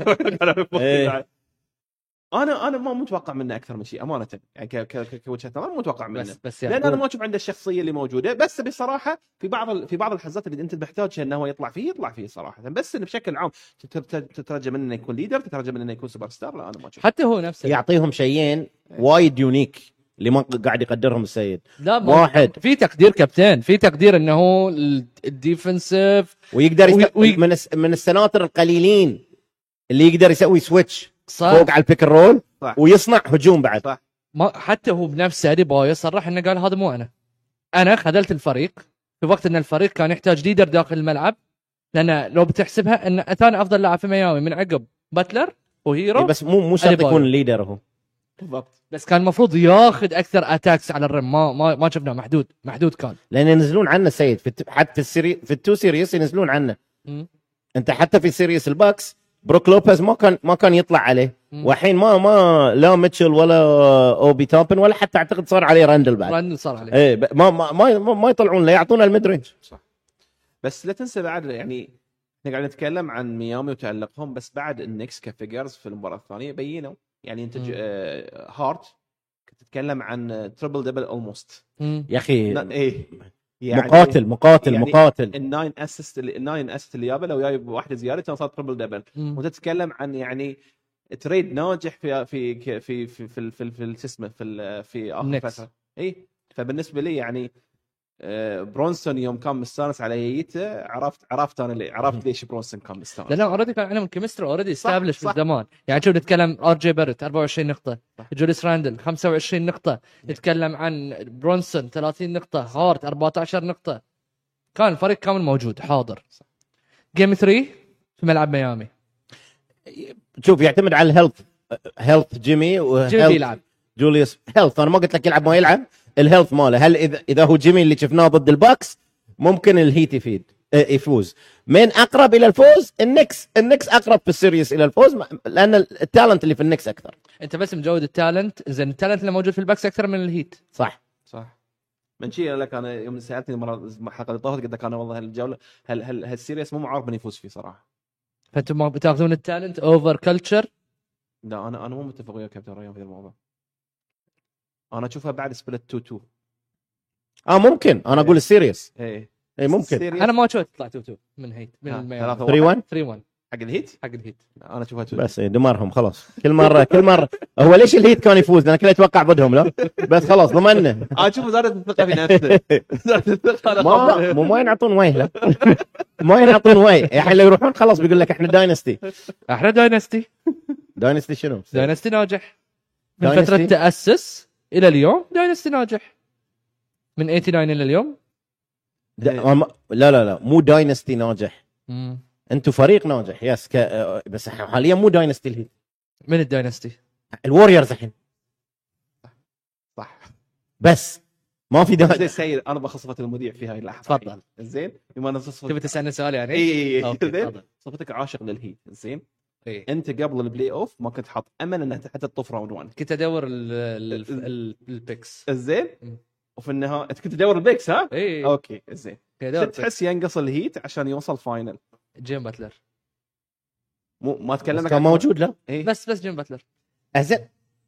انا انا ما متوقع منه اكثر من شيء امانه، يعني كوجهه نظر مو متوقع منه، بس بس لان انا ما اشوف عنده الشخصيه اللي موجوده. بس بصراحه في بعض في بعض الحزات اللي انت محتاج انه هو يطلع فيه يطلع فيه صراحه. بس إن بشكل عام تترجى منه انه يكون ليدر، تترجى منه انه يكون سوبر ستار. لا انا ما اشوف. حتى هو نفسه يعطيهم شيئين وايد يونيك اللي ما قاعد يقدرهم السيد. لا واحد، في تقدير كابتن، في تقدير انه هو الديفنسيف، ويقدر يست... وي... من الس... من السناتر القليلين اللي يقدر يسوي سويتش صح. فوق على البيك رول، صح. ويصنع هجوم بعد. صح. ما حتى هو بنفسه اديبايو صرح انه قال هذا مو انا انا خذلت الفريق في وقت ان الفريق كان يحتاج ليدر داخل الملعب، لان لو بتحسبها ان ثاني افضل لاعب في ميامي من عقب باتلر وهيرو. بس مو مو شرط يكون الليدر هو، بالضبط. بس كان المفروض ياخذ اكثر اتاكس على الرم، ما ما ما شفناه، محدود محدود كان. لان ينزلون عنه السيد في الت... حتى في السيري في التو سيريس ينزلون عنه. م. انت حتى في سيريس الباكس بروك لوبيز ما كان ما كان يطلع عليه، والحين ما ما لا ميتشل ولا اوبي توبن ولا حتى اعتقد صار عليه راندل بعد. راندل صار عليه. ايه ما ما ما, ما يطلعون له، يعطونا الميد رينج. صح. بس لا تنسى بعد، يعني احنا قاعد نتكلم عن ميامي وتألقهم، بس بعد النكس كفيجرز في المباراه الثانيه بينوا. يعني انت آه هارت كنت تتكلم عن تربل دبل اولموست يا اخي. ايه يعني مقاتل مقاتل يعني مقاتل. الناين اسيست الناين اسيست اللي جابه لو جايب واحده زياده كان صار تربل دبل. وتتكلم عن يعني تريد ناجح في في في في في في في, في اسمه في في اخر فتره. اي فبالنسبه لي يعني برونسون يوم كان مستانس على هيته، عرفت عرفت انا اللي عرفت ليش برونسون كان مستانس. لا اوريدي كان عندهم كيمستري اوريدي استابلش من زمان. يعني شوف نتكلم ار جي بيرت أربعة وعشرين نقطه، جوليس راندل خمسة وعشرين نقطه، نتكلم عن برونسون ثلاثين نقطه، هارت أربعة عشر نقطه، كان الفريق كامل موجود حاضر. جيم ثلاثة في ملعب ميامي، شوف يعتمد على الهيلث، هيلث جيمي جيمي يلعب جوليوس هيلث. انا ما قلت لك يلعب ما يلعب، الهيلث ماله. هل اذا اذا هو جيمي اللي شفناه ضد الباكس ممكن الهيت يفيد، يفوز. من اقرب الى الفوز؟ النكس. النكس اقرب في السيريس الى الفوز لان التالنت اللي في النكس اكثر. انت بس مجود التالنت، زين التالنت اللي موجود في الباكس اكثر من الهيت. صح صح. من شيء لك انا يوم سالتني مره الحلقه اللي طافت قلت لك انا والله هالجوله هل هل هالسيريس مو معارف من يفوز فيه صراحه. فانتم ما بتاخذون التالنت اوفر كلتشر؟ لا انا انا مو متفق وياك كابتن ريان في الموضوع. انا اشوفها بعد سبلت اتنين اتنين. اه ممكن انا اقول السيريس. ايه اي ممكن. السيريس- انا ما شفت طلع اتنين اتنين من هيت من ها، الميامي. ثلاثة ثلاثة واحد ثلاثة واحد حق الهيت. حق الهيت. لا، انا اشوفها اتنين. بس إيه، دمارهم خلاص. كل مره كل مره هو ليش الهيت كان يفوز؟ لان كله يتوقع ضدهم. لا بس خلاص ضمننا. انا اشوف زادت الثقه في نفسه. زادت الثقه. أنا ما خلاص. مو ما ينعطون وجه. لا ما ينعطون وجه يا حين لو يروحون خلاص بيقول لك احنا داينستي. احنا داينستي. داينستي شنو؟ داينستي ناجح من داينستي؟ فتره تاسس الى اليوم. داينستي ناجح من ثمانية وثمانين الى اليوم. دا- ما- لا لا لا مو داينستي ناجح. مم. انتم فريق ناجح يس ك... بس حاليا مو داينستي الهيت. من الداينستي. الوريورز الحين صح. بس ما في زين داعي. سيد انا بخصفة المذيع في هاي اللحظه. تفضل. زين بما انا صفت تبي تسالني سؤال يعني؟ اي اي أوكي، اي زين تفضل. صفتك عاشق للهيت. زين إيه. انت قبل البلاي اوف ما كنت حاط امل انها حتى تطوف راوند واحد. كنت ادور ال- ال- ال- البيكس. زين مم. وفي النهايه انت كنت تدور البيكس ها؟ اي اوكي زين كنت ادور كنت تحس ينقص الهيت عشان يوصل فاينل. جيم باتلر. مو ما بس تكلمك كان موجود. لا اي بس بس جيم باتلر. أزين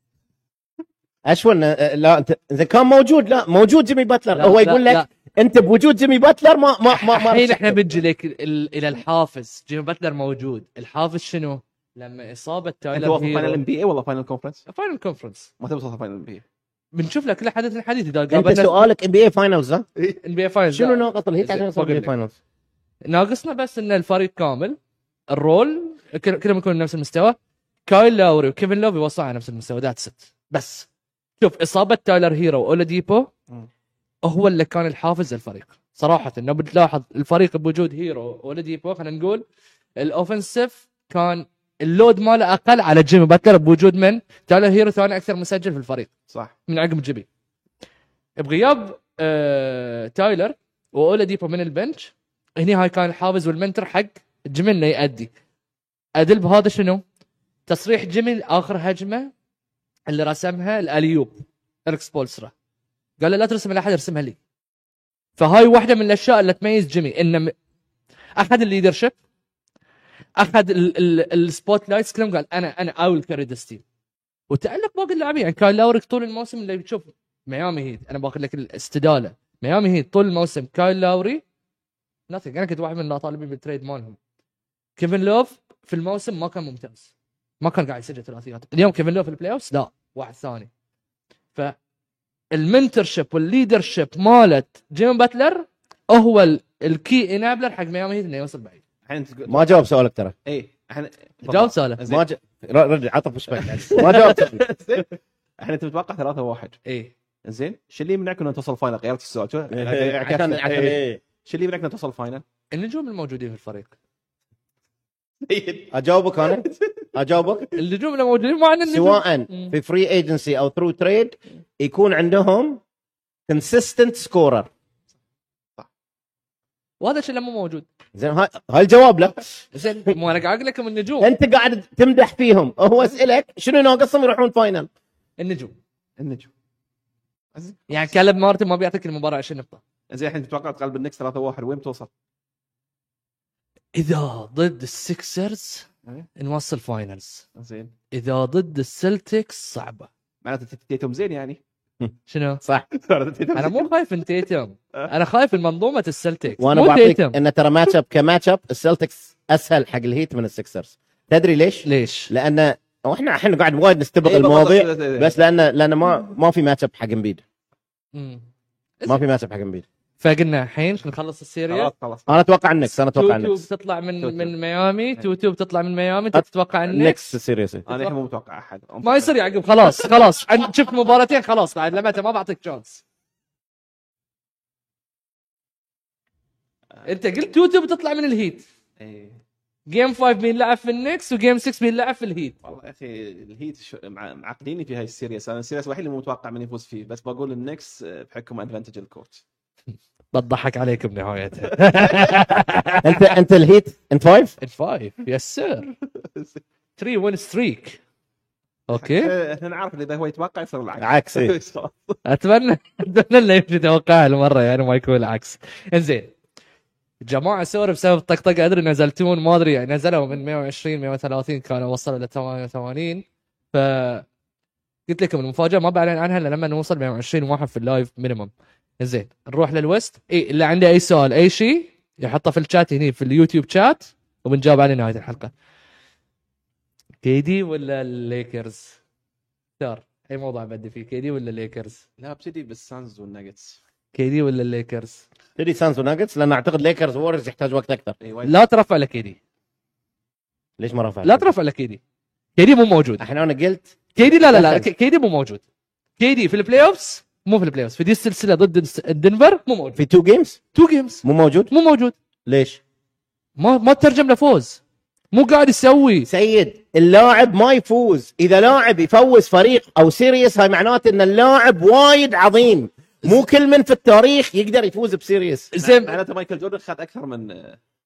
اشون لا انت اذا كان موجود. لا موجود جيمي باتلر. لا، هو لا، يقول لك لا. انت بوجود جيمي باتلر ما ما ما, ما الحين رشحته. احنا بنجي لك ال- الى الحافز. جيم باتلر موجود. الحافز شنو؟ لما اصابه انت تايلر واصل فاينل ام هيرو. بي اي ولا فاينل كونفرنس؟ فاينل كونفرنس. ما تبي توصل فاينل ام بي اي. بنشوف لك كل حدث الحديث اذا انت قابلنا سؤالك ام بي اي فاينلز ها؟ ان بي فاينل. شنو ناقص الهيت عشان يوصل بقول ام بي لك. فاينلز؟ ناقصنا بس ان الفريق كامل الرول كل- كلهم يكونوا نفس المستوى. كايل لاوري وكيفن لوف يوصلوا على نفس المستوى. ذات ست بس. شوف اصابه تايلر هيرو واولاديبو مم. هو اللي كان الحافز للفريق صراحه. انه بتلاحظ الفريق بوجود هيرو واولاديبو خلينا نقول الاوفنسيف كان اللود ماله اقل على جيمي باتلر بوجود من تايلر هيرو ثاني اكثر مسجل في الفريق صح. من عقب جيبي. بغياب آه تايلر واولاديبو من البنش هني هاي كان الحافز والمنتر حق جيمي انه يأدي. ادل بهذا شنو؟ تصريح جيمي اخر هجمه اللي رسمها الاليوب اريك سبولسرا. قال له لا ترسم لاحد ارسمها لي. فهاي واحده من الاشياء اللي تميز جيمي انه م- اخذ الليدرشيب اخذ ال- ال- السبوت لايتس كلهم قال انا انا اول كاري ذا تيم. وتالق باقي اللاعبين يعني كان لاوري طول الموسم اللي بتشوف ميامي هيت. انا باخذ لك الاستداله ميامي هيت طول الموسم كايل لاوري ناتي. انا كنت واحد من الطالبين بالتريد مالهم. كيفن لوف في الموسم ما كان ممتاز. ما كان قاعد يسجل ثلاثيات. اليوم كيفن لوف في البلاي اوفز لا واحد ثاني. فالمنتورشيب والليدرشيب مالت جيم باتلر هو ال- الكي انابلر حق ميامي هيت انه يوصل بعيد. الحين تقول ما جاوب سؤالك ترى. اي احنا جاوب سؤاله. زين. ما ج... رد عطف وش بك. ما جاوب سؤالك. زين. احنا انت متوقع ثلاثة واحد. ايه زين شو اللي يمنعك انه توصل فاينل؟ غيرت السؤال شو عشان عشان إيه. شو اللي يمنعك انه توصل فاينل؟ النجوم الموجودين في الفريق. اجاوبك انا اجاوبك النجوم اللي موجودين مع النجوم سواء مم. في فري ايجنسي او ثرو تريد يكون عندهم كونسيستنت سكورر. وهذا الشيء اللي مو موجود. زين هاي هاي الجواب لا. زين مو انا قاعد اقول لكم النجوم. انت قاعد تمدح فيهم هو اسالك شنو ناقصهم يروحون فاينل. النجوم النجم. يعني كالب مارتن ما بيعطيك المباراه عشرين نقطه. زين الحين تتوقع تقلب النكس ثلاثة واحد وين توصل؟ اذا ضد السكسرز إيه. نوصل فاينلز. زين اذا ضد السلتكس صعبه. معناته تيتم زين يعني. شنو؟ صح. انا مو خايف من تيتم. انا خايف من منظومه السلتكس وانا مو بعطيك تيتم. ان ترى ماتش اب كماتش اب السلتكس اسهل حق الهيت من السكسرز. تدري ليش؟ ليش؟ لان واحنا احنا قاعد وايد نستبق إيه المواضيع بالضبط. بس لان لان ما ما في ماتش اب حق امبيد. مم. ما في ماتش اب حق امبيد. فقلنا الحين نخلص السيريز. خلاص خلاص انا اتوقع النكس. انا اتوقع توتو النكس. بتطلع من توتو. من ميامي. توتو بتطلع من ميامي. انت تتوقع النكس؟ النكس سيريسلي. انا الحين مو متوقع احد. ما يصير يعقب. خلاص خلاص عن- شفت مباراتين خلاص بعد لما ما بعطيك شانس. انت قلت توتو بتطلع من الهيت. إيه. جيم خمسة بينلعب في النكس وجيم ستة بينلعب في الهيت. والله يا اخي الهيت شو- مع- معقديني في هاي السيريس. انا السيريس الوحيد اللي مو متوقع من يفوز فيه بس بقول النكس بحكم ادفانتج الكورت. بضحك عليكم نهايتها. انت انت الهيت انت فايف ان فايف يس سير. ثلاثة وين ستريك. اوكي احنا نعرف اذا هو يتوقع يصير العكس. عكس إيه. اتمنى اتمنى انه يمشي توقعها المره يعني ما يكون العكس. انزين جماعه سوري بسبب الطقطقه ادري نزلتون ما ادري يعني نزلوا من مية وعشرين مية وثلاثين كانوا وصلوا ل ثمانية وثمانين. ف قلت لكم المفاجاه ما بعلن عنها الا لما نوصل مية وعشرين واحد في اللايف مينيمم. زين نروح للويست. اي اللي عنده اي سؤال اي شيء يحطه في الشات هني في اليوتيوب شات وبنجاوب عليه نهايه الحلقه. كيدي ولا الليكرز؟ اختار اي موضوع بدي فيه كيدي ولا الليكرز؟ لا ابتدي بالسانز والناجتس. كيدي ولا الليكرز؟ تدري سانز وناجتس لان اعتقد ليكرز وورز يحتاج وقت اكثر. لا ترفع لكيدي. ليش ما رفع؟ لا ترفع لكيدي. كيدي مو موجود. احنا انا قلت كيدي لا لا لا كيدي مو موجود. كيدي في البلاي اوفز مو في البلاي اوفز في دي السلسله ضد الدنفر مو موجود. في تو جيمز تو جيمز مو موجود. مو موجود. ليش؟ ما ما ترجم لفوز. مو قاعد يسوي. سيد اللاعب ما يفوز. اذا لاعب يفوز فريق او سيريس هاي معناته ان اللاعب وايد عظيم. مو كل من في التاريخ يقدر يفوز بسيريس. زين معناته مايكل جوردن خد اكثر من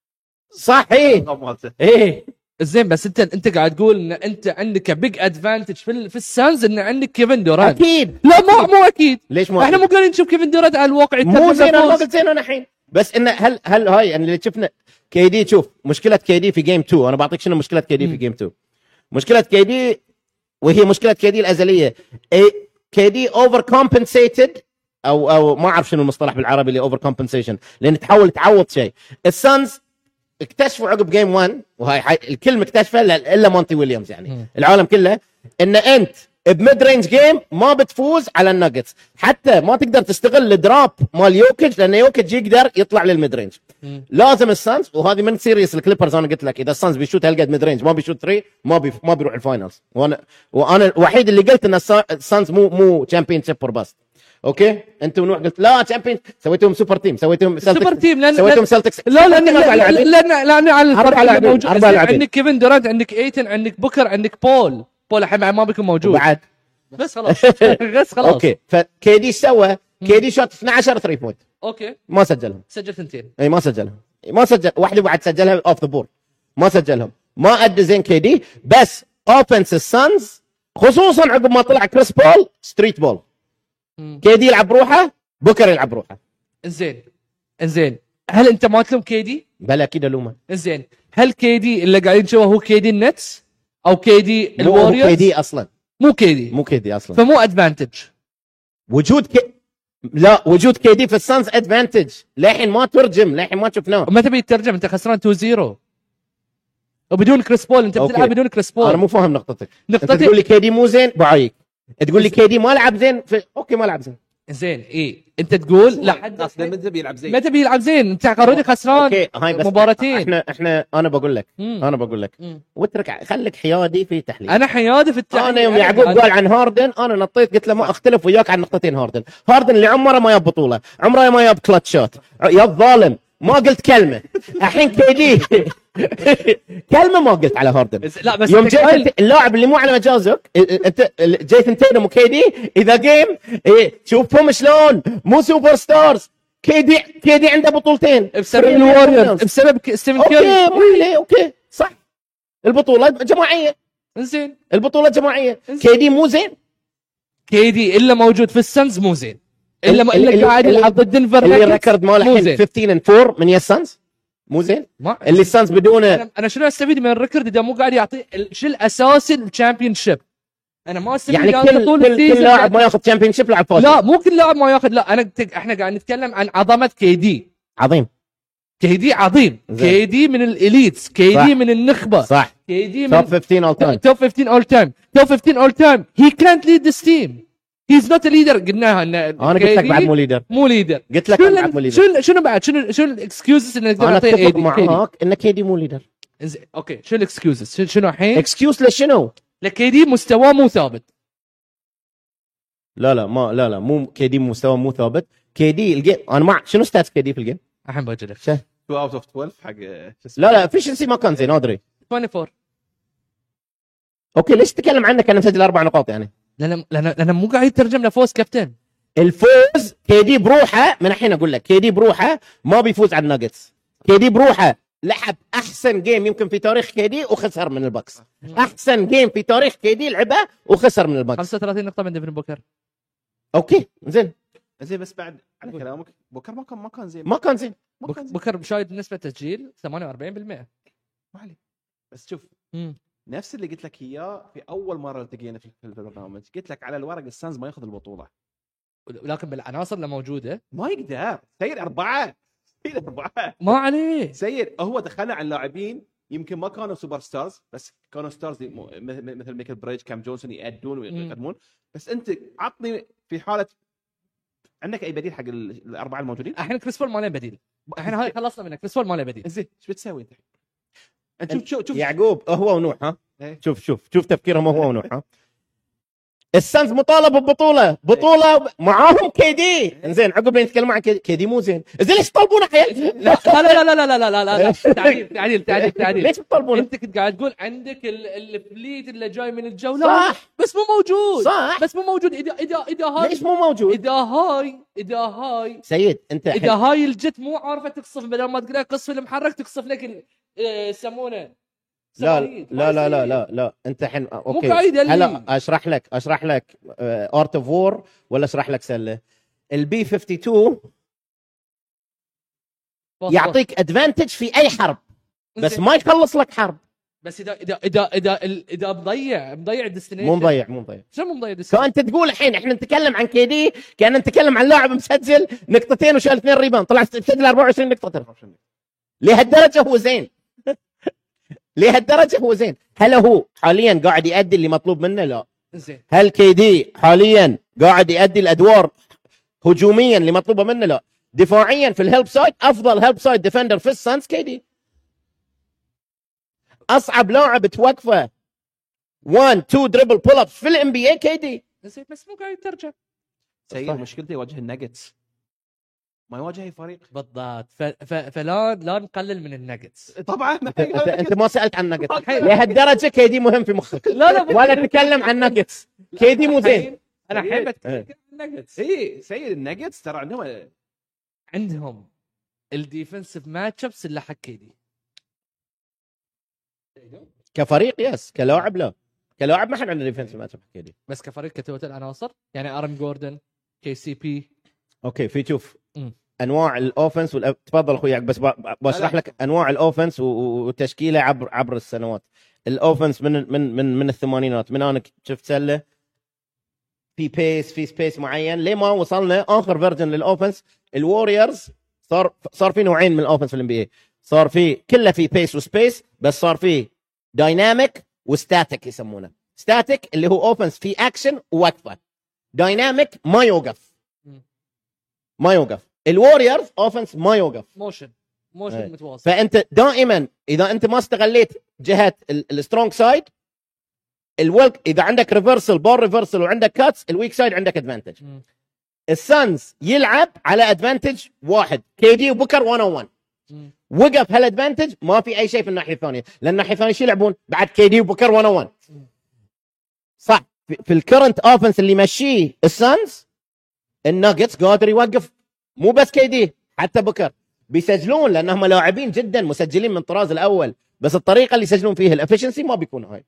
صح ايه الرقم مالته. ايه زين بس انت انت قاعد تقول ان انت عندك بيج ادفانتج في ال- في السانز ان عندك كيفن دورانت. اكيد. لا مو مو اكيد. ليش مو احنا أكيد؟ مو قاعدين نشوف كيفن دورانت على الواقع مو يترجم زين انا ما لفوز. قلت زين انا الحين بس انه هل هل هاي يعني اللي شفنا كي دي. شوف مشكله كي دي في جيم تو. انا بعطيك شنو مشكله كي دي في جيم تو. مشكله كي دي وهي مشكله كي دي الازليه. كي دي اوفر كومبنسيتد او او ما اعرف شنو المصطلح بالعربي اللي اوفر كومبنسيشن لان تحاول تعوض شيء. السانز اكتشفوا عقب جيم واحد وهاي حي... الكل مكتشفه الا مونتي ويليامز يعني مم. العالم كله ان انت بميد رينج جيم ما بتفوز على الناجتس. حتى ما تقدر تستغل الدراب مال يوكيتش لان يوكيتش يقدر يطلع للميد رينج. مم. لازم السانز وهذه من سيريس الكليبرز انا قلت لك اذا السانز بيشوت هالقد ميد رينج ما بيشوت ثلاثة ما بي... ما بيروح الفاينلز. وانا وانا الوحيد اللي قلت ان السانز مو مو تشامبيون شيب بس. اوكي انت ونوح قلت لا تشامبيون سويتهم سوبر تيم سويتهم سوبر تيم لان سويتهم سلتكس. لا لا لا لا لان لان على الفرق أربعة اللي لاعبين. موجود. أربعة لاعبين. عندك كيفن دورانت عندك ايتن عندك بوكر عندك بول. بول الحين ما بيكون موجود بعد بس خلاص بس خلاص اوكي فكيدي سوى كيدي شوت اثنا عشر ثري بوينت اوكي ما سجلهم. سجل ثنتين. اي ما سجلهم. ما سجل واحده بعد سجلها اوف ذا بورد ما سجلهم. ما ادى زين كيدي بس اوفنس السانز خصوصا عقب ما طلع كريس بول ستريت بول. مم. كيدي يلعب بروحه بوكر يلعب بروحه. انزين انزين هل انت ما تلوم كيدي؟ بلا اكيد الومه. انزين هل كيدي اللي قاعدين نشوفه هو كيدي النتس او كيدي مو هو الوريورز؟ كيدي اصلا مو كيدي مو كيدي اصلا. فمو ادفانتج. وجود كي... لا وجود كيدي في السانز ادفانتج للحين ما ترجم للحين ما شفناه. ما تبي تترجم انت خسران تو زيرو وبدون كريس بول. انت أوكي. بتلعب بدون كريس بول. انا مو فاهم نقطتك. انت نقطتي تقول لي كيدي مو زين بعيك تقول لي كيدي ما لعب زين في... اوكي ما لعب زين. زين اي انت تقول لحد اصلا متى بيلعب زي ما تبي يلعب زين انت اوريدي خسران اوكي هاي بس مباراتين. احنا احنا انا بقول لك مم. انا بقول لك مم. واترك خليك حيادي في تحليل. انا حيادي في التحليل. انا يوم يعقوب قال عن هاردن انا نطيت قلت له ما اختلف وياك عن نقطتين هاردن. هاردن اللي عمره ما ياب بطوله عمره ما ياب كلاتشات يا الظالم ما قلت كلمه. الحين كيدي كلمه ما قلت على هاردن. لا بس يوم أنت جيت قايل- انت- اللاعب اللي مو على مجازك انت جيسون تيتم وكيدي اذا جيم إيه شوفهم شلون مو سوبر ستارز. كيدي كيدي عنده بطولتين بسبب الوريورز بسبب ك- ستيفن كيري. اوكي مو ليه اوكي صح البطوله جماعيه زين البطوله جماعيه. كيدي مو زين. كيدي الا موجود في السنز مو زين الا اللي- الا اللي- قاعد اللي- يلعب ضد دنفر اللي ناجتس الريكورد ماله مو الحين زين. خمسة عشر فور من يس سانز مو زين. ما اللي السانز بدونه انا أنا شنو استفيد من الريكورد اذا مو قاعد يعطي الشيء الاساسي الشامبيون شيب. انا ما استفيد يعني هذا كل طول كل, كل السيزون. لاعب ما ياخذ تشامبيون شيب لعب فاز. لا مو كل لاعب ما ياخذ. لا انا قلت- احنا قاعد نتكلم عن عظمه كيدي. عظيم كيدي عظيم. زين. كيدي من الاليتس. كيدي صح. من النخبه. صح كيدي توب من خمستاشر اول تايم. توب خمستاشر اول تايم. توب خمستاشر اول تايم. هي كانت ليد ذس تيم. هي از نوت ا ليدر. قلناها ان انا قلت لك بعد مو ليدر. مو ليدر. قلت لك شنو أنا بعد مو ليدر. شنو شنو بعد شنو شنو الاكسكيوزز اللي نقدر انا نعطيها اتفق ايدي كيدي؟ معاك ان كيدي مو ليدر. إنزين، اوكي شنو الاكسكيوزز؟ شنو- شنو الحين؟ اكسكيوز لشنو؟ لكيدي مستواه مو ثابت. لا لا ما لا لا مو كيدي مستوى مو ثابت. كيدي الجيم انا مع شنو ستاتس كيدي في الجيم؟ الحين بجي لك. اثنين اوت اوف اثنا عشر حق شو اسمه. لا لا افشنسي ما كان زين ادري. أربعة وعشرين. اوكي ليش تتكلم عنه كان مسجل اربع نقاط يعني؟ لان لان لان مو قاعد يترجم لفوز كابتن. الفوز كيدي بروحه، من الحين اقول لك كيدي بروحه ما بيفوز على الناجتس. كيدي بروحه لعب احسن جيم يمكن في تاريخ كيدي وخسر من البكس. احسن جيم في تاريخ كيدي لعبه وخسر من البكس. خمسة وثلاثين نقطه من ديفن بوكر. اوكي زين زين بس بعد على كلامك بوكر ما كان ما كان زين ما كان زين. ما كان زين بوكر شايد نسبه تسجيل ثمانية وأربعين بالمئة. ما عليه. بس شوف مم. نفس اللي قلت لك اياه في اول مره التقينا في في البرنامج، قلت لك على الورق السانز ما ياخذ البطوله، ولكن بالعناصر اللي موجوده ما يقدر. سيد اربعه سيد اربعه ما عليه. سيد هو دخلنا على اللاعبين يمكن ما كانوا سوبر ستارز بس كانوا ستارز م- مثل مثل ميكل بريدج كام جونسون يأدون ويقدمون. بس انت عطني في حاله عندك اي بديل حق ال- الاربعه الموجودين؟ الحين كريس بول ما له بديل. الحين هاي خلصنا منه، كريس بول ما له بديل. زين ايش بتسوي انت؟ انت شوف شوف شوف يعقوب هو ونوح ها إيه. شوف شوف شوف تفكيرهم هو ونوح ها. السانز مطالب ببطوله بطوله معاهم كيدي. انزين عقب نتكلم عن كيدي. كيدي مو زين. زين ليش تطالبونه حيل؟ لا لا لا لا لا لا لا لا لا تعديل تعديل تعديل تعديل. ليش تطالبونه؟ انت كنت قاعد تقول عندك ال- الفليت اللي جاي من الجولات صح بس مو موجود. صح بس مو موجود. اذا اذا اذا هاي ليش مو موجود؟ اذا هاي اذا هاي سيد انت اذا حل... هاي الجت مو عارفه تقصف، بدل ما تقول قصف المحرك تقصف لك ال- آه، يسمونه لا سواليد. لا لا لا ما لا لا انت الحين اوكي قاعدة اللي- هلا اشرح لك اشرح لك ارت اوف وور ولا اشرح لك سله. البي خمسة وخمسين يصير. يعطيك ادفانتج في اي حرب بس زين. ما يخلص لك حرب. بس اذا اذا اذا اذا اذا مضيع مضيع الديستنيشن. مو مضيع مو مضيع. شو مو مضيع destination؟ فانت تقول الحين احنا نتكلم عن كيدي كان نتكلم عن لاعب مسجل نقطتين وشال اثنين ريبان طلع مسجل أربعة وعشرين نقطه ترى. لهالدرجه هو زين. لهالدرجه هو زين. هل هو حاليا قاعد يؤدي اللي مطلوب منه؟ لا. زين. هل كيدي حاليا قاعد يؤدي الادوار هجوميا اللي مطلوبه منه؟ لا. دفاعيا في الهيلب سايد افضل هيلب سايد ديفندر في السانز كيدي. اصعب لاعب توقفه واحد اثنين دريبل بول اب في الام بي اي كيدي. زين بس مو قاعد يترجم. سيد صح. مشكلته يواجه الناجتس ما يواجه اي فريق. بالضبط. ف... ف... فلا لا نقلل من الناجتس. طبعا انت, انت ما سالت عن ناجتس. الحين- لهالدرجه كيدي مهم في مخك. لا لا ولا تتكلم عن ناجتس. كيدي مو زين. الحين- انا الحين سيد. بتكلم عن الناجتس. اي سيد الناجتس ترى عندهم عندهم الديفنسيف ماتش ابس اللي حق كيدي. كفريق يس كلاعب لا. كلاعب ما حد عنده ديفنس ماتش كيدي. بس كفريق كتوتال عناصر يعني ارم جوردن كي سي بي. اوكي في شوف مم. انواع الاوفنس والأ... تفضل اخوي بس ب... بشرح لك انواع الاوفنس و... وتشكيله عبر عبر السنوات. الاوفنس من من من من الثمانينات من انا شفت سله في بيس في سبيس معين ليه ما وصلنا اخر فيرجن للاوفنس. الوريورز صار صار في نوعين من الاوفنس في الام بي اي. صار في كله في بيس وسبيس بس صار في دايناميك وستاتيك يسمونه. ستاتيك اللي هو اوفنس في اكشن ووقفه. دايناميك ما يوقف ما يوقف. الوريورز اوفنس ما يوقف موشن موشن أي. متواصل. فانت دائما اذا انت ما استغليت جهه السترونج سايد الويلك اذا عندك ريفرسل بول ريفرسل وعندك كاتس الويك سايد عندك ادفانتج. مم. السانز يلعب على ادفانتج واحد كيدي وبوكر واحد أو واحد. مم. وقف هالادفانتج ما في اي شيء في الناحيه الثانيه لان الناحيه الثانيه شو يلعبون بعد كيدي وبوكر واحد أو واحد. مم. صح في, في الكرنت اوفنس اللي يمشيه السانز الناجتس قادر يوقف مو بس كيدي حتى بوكر بيسجلون لانهم لاعبين جدا مسجلين من الطراز الاول بس الطريقه اللي يسجلون فيها الافشنسي ما بيكون هاي.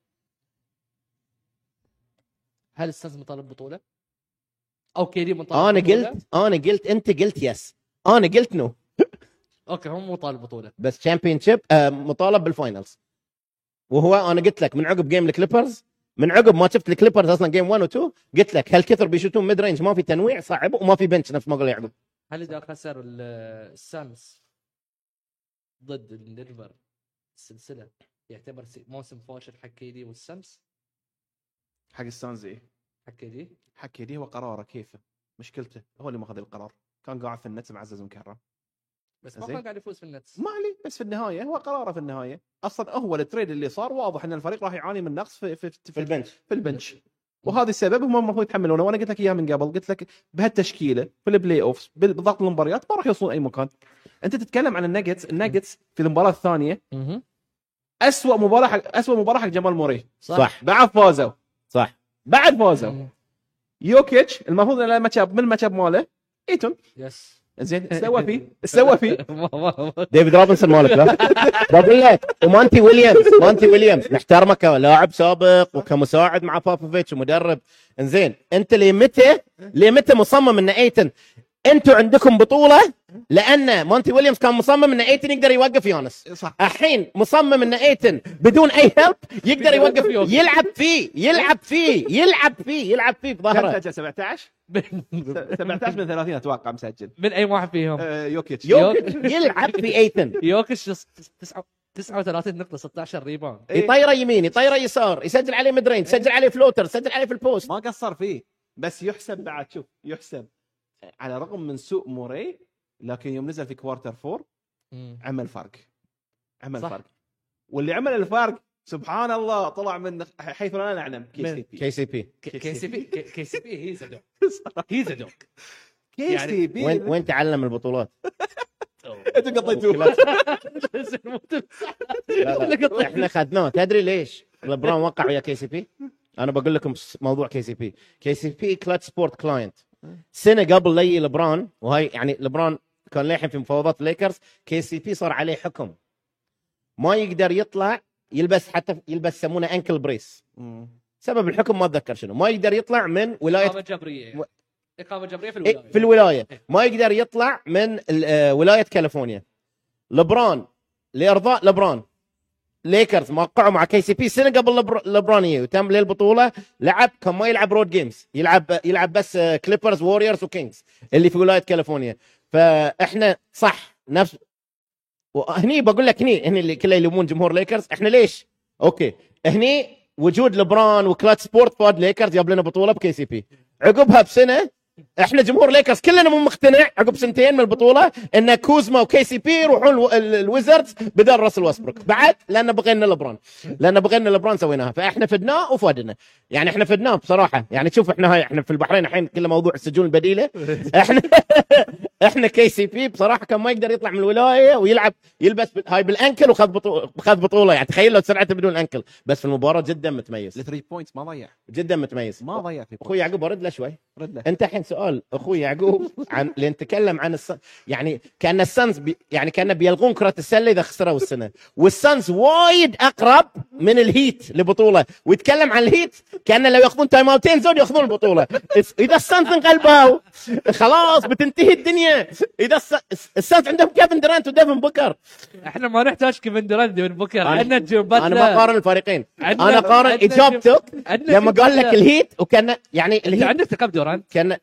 هل السانز مطالب بطوله؟ او كيدي مطالب انا بطولة؟ قلت انا قلت انت قلت يس انا قلت نو. اوكي هم مو طالب بطوله. بس تشامبيون شيب آه مطالب بالفاينلز. وهو انا قلت لك من عقب جيم الكليبرز من عقب ما شفت الكليبرز اصلا جيم واحد و اثنين قلت لك هالكثر بيشوتون ميد رينج ما في تنويع صعب وما في بنش نفس ما قال يعقوب. هل اذا خسر ال- السانز ضد الدنفر السلسله يعتبر س- موسم فاشل حق كيدي والسامس؟ حق السانزي حق كيدي حق كيدي هو قراره كيفه مشكلته هو اللي ماخذ القرار. كان قاعد في النت معزز مكرم بس ما زين. كان قاعد يفوز في النتس. ما عليه بس في النهايه هو قراره في النهايه. اصلا هو التريد اللي صار واضح ان الفريق راح يعاني من نقص في في, في, في البنش في البنش وهذا السبب هم المفروض يتحملونه. وانا قلت لك اياها من قبل قلت لك بهالتشكيله في البلاي اوفز بضغط المباريات ما راح يوصلون اي مكان. انت تتكلم عن الناجتس الناجتس في المباراه الثانيه اها اسوء مباراه حق اسوء مباراه حق جمال موري صح بعد فازوا صح بعد فازوا. مم. يوكيتش المفروض ان الماتش من الماتش ماله ايتون يس زين ايش سوى فيه؟ ايش سوى فيه؟ ما- ما- ديفيد روبنسون مالك لا بقول لك ومانتي ويليامز مانتي ويليامز نحترمه كلاعب سابق وكمساعد مع بابوفيتش ومدرب انزين انت ليه متى ليه متى مصمم ان ايتن انتوا عندكم بطوله لان مونتي ويليامز كان مصمم ان ايتن يقدر يوقف يونس صح الحين مصمم ان ايتن بدون اي هيلب يقدر يوقف يلعب فيه يلعب فيه يلعب فيه يلعب فيه كم بظهره سجل سبعة عشر من سبعة عشر من ثلاثين اتوقع مسجل من اي واحد فيهم؟ آه، يوكيتش يوكيتش يلعب في ايتن يوكيتش تسعة وثلاثين نقطة ستة عشر ريباوند. إيه. يطيره يمين يطيره يسار يسجل عليه مدرين يسجل عليه فلوتر يسجل عليه في البوست ما قصر فيه بس يحسب بعد شوف يحسب على الرغم من سوء موري لكن يوم نزل في كوارتر فور مم. عمل فرق عمل صح. فرق واللي عمل الفرق سبحان الله طلع من حيث لا نعلم كي سي بي كي سي بي ك- كي سي بي كي سي بي هيز ا دوغ هيز ا دوغ كي يعني سي بي وين وين تعلم البطولات انتوا قضيتوه لا لا. احنا خدناه تدري ليش لبران وقع ويا كي سي بي انا بقول لكم موضوع كي سي بي كي سي بي كلاتش سبورت كلاينت سنه قبل لي لبران وهي يعني لبران كان للحين في مفاوضات ليكرز كي سي بي صار عليه حكم ما يقدر يطلع يلبس حتى يلبس يسمونه انكل بريس سبب الحكم ما اتذكر شنو ما يقدر يطلع من ولايه اقامه جبريه و- اقامه جبريه في إيه، الولايه في الولايه ما يقدر يطلع من ال- آه، ولايه كاليفورنيا لبران لارضاء لبران ليكرز موقعوا مع كي سي بي سنه قبل لبر... لبرانيه وتم للبطوله لعب كان ما يلعب رود جيمز يلعب يلعب بس كليبرز ووريرز وكينجز اللي في ولايه كاليفورنيا فاحنا صح نفس وهني بقول لك هني هني اللي كله يلومون جمهور ليكرز احنا ليش اوكي هني وجود لبران وكلات سبورت فاد ليكرز جاب لنا بطوله بكي سي بي عقبها بسنه احنا جمهور ليكرز كلنا مو مقتنع عقب سنتين من البطوله ان كوزما وكي سي بي يروحون الو- ال- الويزردز بدل راسل ويستبروك بعد لان بغينا لبران لان بغينا لبران سويناها فاحنا فدناه وفادنا يعني احنا فدناه بصراحه يعني شوف احنا هاي احنا في البحرين الحين كله موضوع السجون البديله احنا احنا كي سي بي بصراحه كان ما يقدر يطلع من الولايه ويلعب يلبس بال- هاي بالانكل وخذ بطوله خذ بطوله يعني تخيل لو سرعته بدون انكل بس في المباراه جدا متميز الثري بوينتس ما ضيع جدا متميز ما ضيع في اخوي يعقوب ارد له شوي رد له انت الحين سؤال اخوي يعقوب عن لين تكلم عن الس... يعني كان السانز بي... يعني كان بيلغون كره السله اذا خسروا السنه والسانز وايد اقرب من الهيت لبطوله ويتكلم عن الهيت كان لو ياخذون تايم اوتين زود ياخذون البطوله اذا السانز انقلبوا خلاص بتنتهي الدنيا اذا الس... السانز عندهم كيفن درانت وديفن بوكر احنا ما نحتاج كيفن دورانت ديفن بوكر أنا- عندنا جو باتلر انا ما قارن الفريقين عندنا- انا قارن عندنا اجابتك عندنا لما جو قال لك باتلر. الهيت وكان يعني انت الهيت عندك ثقه بدورانت كان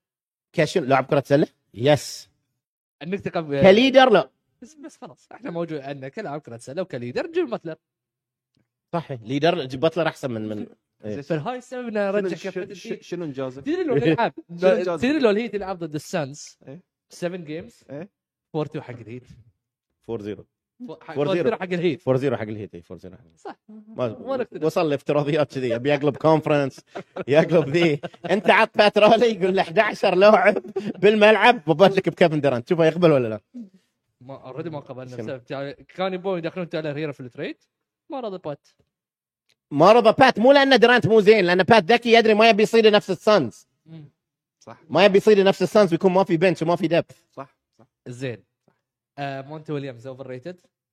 كشن لاعب كره سله يس عندك ثقه ب- كليدر لا بس بس خلاص احنا موجود عندنا كلاعب كره سله وكليدر جو باتلر صحيح ليدر باتلر احسن من من إيه. فالهاي السبب انه رجع شنو- كفه شنو- شنو نجازف تدري لو نلعب شنو الجازم؟ تدري لو الهيت يلعب ضد السانز إيه. سبعة جيمز إيه. أربعة اثنين حق الهيت أربعة صفر حق أربعة صفر. حق الهيت أربعة صفر حق الهيت إيه، أربعة صفر حق الهيت. صح ما ما نقتنع. وصل لافتراضيات كذي ابي يقلب كونفرنس يقلب ذي انت عط بات رالي يقول له احد عشر لاعب بالملعب وبدلك بكيفن دورانت شوفه يقبل ولا لا ما اوريدي ما قبلنا شنو؟ بسبب تاع- كانوا يبون يدخلون تايلر هيرو في التريد ما رضى بات ما رضى بات مو لان دورانت مو زين لان بات ذكي يدري ما يبي يصير نفس السانز صح ما يبي يصير نفس السانز ويكون ما في بنش وما في دبث صح صح زين آه مونتي ويليامز اوفر ريتد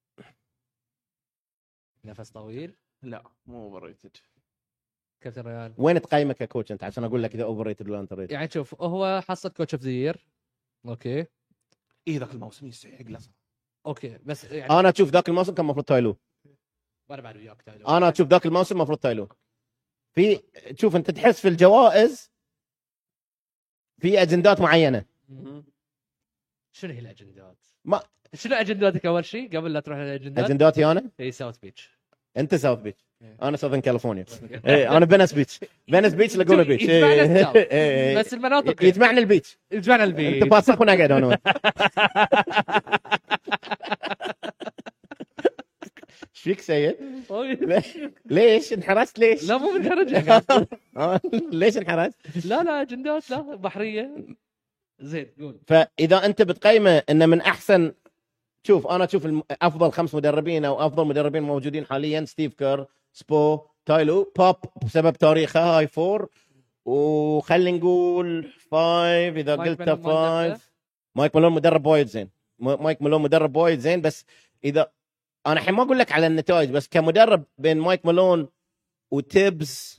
نفس طويل لا مو اوفر ريتد كابتن ريان وين تقيمك يا كوتش انت عشان اقول لك اذا اوفر ريتد ولا اندر ريتد يعني شوف هو حصل كوتش اوف ذا يير اوكي اي ذاك الموسم يستحق له اوكي بس يعني انا اشوف ذاك الموسم كان المفروض تايلو وانا بعد وياك تايلر انا اشوف ذاك الموسم المفروض تايلو في تشوف انت تحس في الجوائز في اجندات معينه شنو هي الاجندات؟ ما شنو اجنداتك اول شيء قبل لا تروح للاجندات؟ اجنداتي انا اي ساوث بيتش انت ساوث بيتش إيه. انا ساذرن كاليفورنيا ايه انا فينس بيتش فينس بيتش لاجونا بيتش يجمعنا إيه. الساوث. إيه. بس المناطق يجمعنا البيتش يجمعنا انت البيت فاصح ونقعد انا وين ايش فيك سيد؟ ليش انحرست ليش؟ لا مو من خرج آه، ليش انحرست؟ لا لا اجندات لا بحريه زين قول فاذا انت بتقيمه انه من احسن شوف انا اشوف الم- افضل خمس مدربين او افضل مدربين موجودين حاليا ستيف كير سبو تايلو بوب بسبب تاريخه هاي فور وخلي نقول فايف اذا مايك قلت مالون ما ندخله. فايف. مايك مالون مدرب وايد زين، ما- مايك مالون مدرب وايد زين، بس اذا انا الحين ما اقول لك على النتائج، بس كمدرب بين مايك مالون وتيبز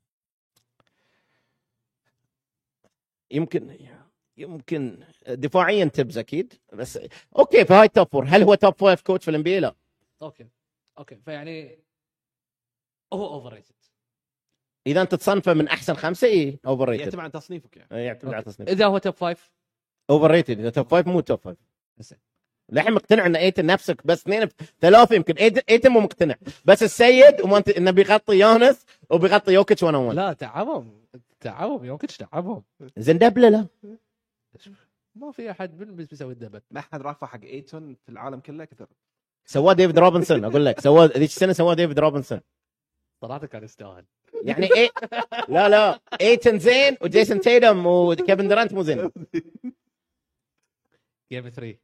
يمكن يمكن دفاعيا تيبز اكيد، بس اوكي في هاي توب فور. هل هو توب فايف كوتش في الام بي؟ لا. اوكي اوكي فيعني هو اوفر ريتد. اذا انت تصنفه من احسن خمسه اي اوفر ريتد، يعتمد على تصنيفك يعني. يعتمد على تصنيف. اذا هو توب فايف اوفر ريتد اذا توب فايف مو توب فايف. زين. للحين مقتنع ان ايتن نفسك بس اثنين ثلاثه يمكن. ايتن ايتن مو مقتنع، بس السيد وما انت انه بيغطي يانس وبيغطي يوكيتش وانا وان. لا تعبهم تعبهم يوكيتش تعبهم. زين دبله لا ما في احد بالنسبه بيسوي الدبل. ما حد رافع حق ايتون في العالم كله كثر. سواه ديفيد روبنسون، اقول لك سواه ذيك السنه سواه ديفيد روبنسون. صراحه كان يستاهل. يعني ايه لا لا ايتن زين وجيسون تيدم وكيفن درانت مو زين. جيم ثلاثة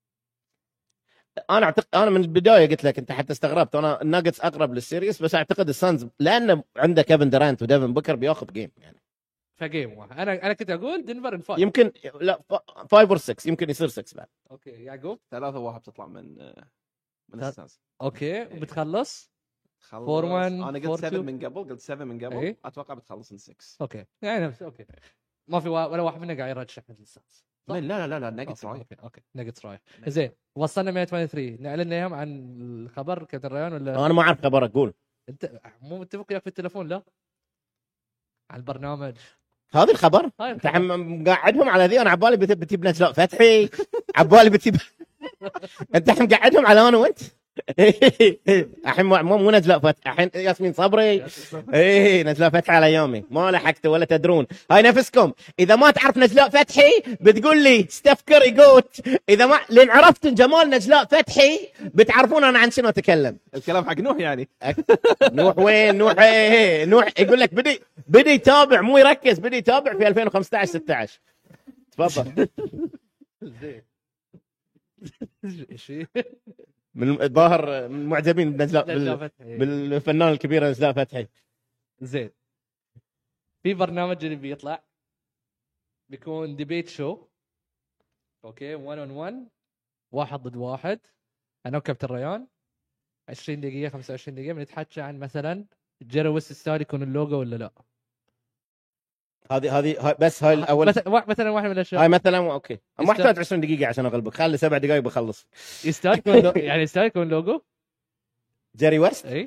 انا اعتقد انا من البدايه قلت لك انت حتى استغربت، انا الناجتس اقرب للسيريس، بس اعتقد السانز لانه عنده كيفن درانت وديفن بوكر بياخذ جيم يعني. فجيم واحد. انا انا كنت اقول دنفر ان فايف. يمكن لا فايف اور ستة، يمكن يصير ستة بعد. اوكي يعقوب. ثلاثة واحد بتطلع من من ثلاث- السانز. اوكي وبتخلص. خلص. فور واحد، انا فور قلت سبعة تو. من قبل، قلت سبعة من قبل. إيه. اتوقع بتخلص من ستة. اوكي يعني نفس اوكي ما في وا- ولا واحد منا قاعد يرشح مثل السانز. لا لا لا لا ناجتس اوكي رايح. اوكي اوكي ناجتس رايح. زين وصلنا مية وثمانية وثلاثين. نعلن ايام عن الخبر كابتن ريان ولا انا ما اعرف خبر اقول. انت مو متفق وياك في التليفون؟ لا على البرنامج هذا الخبر هاي انت الخبر. حم- مقعدهم على ذي. انا عبالي بت- بتجيب نجلاء فتحي، عبالي بتجيب انت الحين مقعدهم على انا وانت. الحين مو مو نجلاء فتحي، الحين ياسمين صبري. ايه نجلاء فتحي على يومي ما لحقته ولا تدرون. هاي نفسكم اذا ما تعرف نجلاء فتحي بتقول لي ستيف كاري جوت. اذا ما لين عرفتوا جمال نجلاء فتحي بتعرفون انا عن شنو اتكلم. الكلام حق نوح يعني. نوح وين نوح؟ ايه نوح يقول لك بدي بدي يتابع مو يركز، بدي يتابع في ألفين وخمسة عشر ستة عشر. تفضل. زين شيء من الظاهر من معجبين بنجلاء نجلاء بال... فتحي. بالفنان الكبير نجلاء فتحي. زين في برنامج اللي بيطلع بيكون ديبيت شو. اوكي واحد اون واحد، واحد ضد واحد، انا وكابتن ريان. عشرين دقيقة خمسة وعشرين دقيقة بنتحكى عن مثلا جيري ويست ستار يكون اللوجو ولا لا. هذه هذه هاي- بس هاي الاول. مثلا وا- مثلا واحد من الاشياء هاي مثلا اوكي ما يستاهل. احتاج عشرين دقيقه عشان اغلبك، خلي سبع دقائق بخلص. يستاهل يكون لو... يعني يستاهل يكون لوجو. جيري ويست اي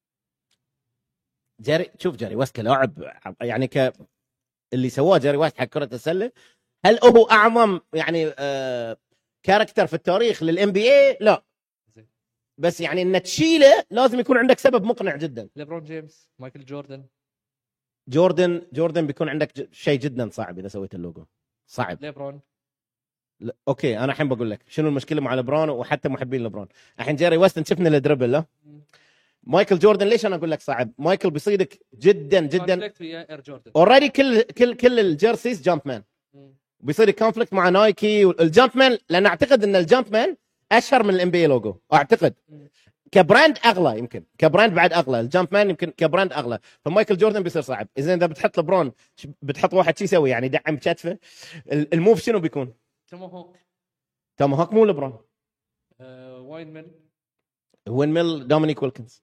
جيري شوف جيري ويست كلاعب يعني ك اللي سواه جيري ويست حق كره السله، هل هو اعظم يعني آه... كاركتر في التاريخ للام بي اي؟ لا، زين. بس يعني ان تشيله لازم يكون عندك سبب مقنع جدا. ليبرون جيمس، مايكل جوردن. جوردن جوردن بيكون عندك ج... شيء جدا صعب اذا سويت اللوجو صعب. ليبرون. لا. اوكي انا الحين بقول لك شنو المشكله مع لبرون وحتى محبين لبرون. الحين جيري ويست شفنا الدربل لا. مايكل جوردن ليش انا اقول لك صعب؟ مايكل بيصيدك جدا جدا. كونفليكت ويا اير جوردن. اوريدي كل كل كل الجيرسيز جامب مان. مم. بيصير كونفليكت مع نايكي والجامب مان، لان اعتقد ان الجامب مان اشهر من الام بي اي لوجو اعتقد. مم. كبراند اغلى، يمكن كبراند بعد اغلى. الجامب مان يمكن كبراند اغلى، فمايكل جوردن بيصير صعب. اذا اذا بتحط لبرون ش- بتحط واحد شي يسوي يعني يدعم كتفه. ال- الموف شنو بيكون؟ تومو هوك. توم هوك مو لبرون. آه، واين ميل. وين ميل دومينيك ويلكنز.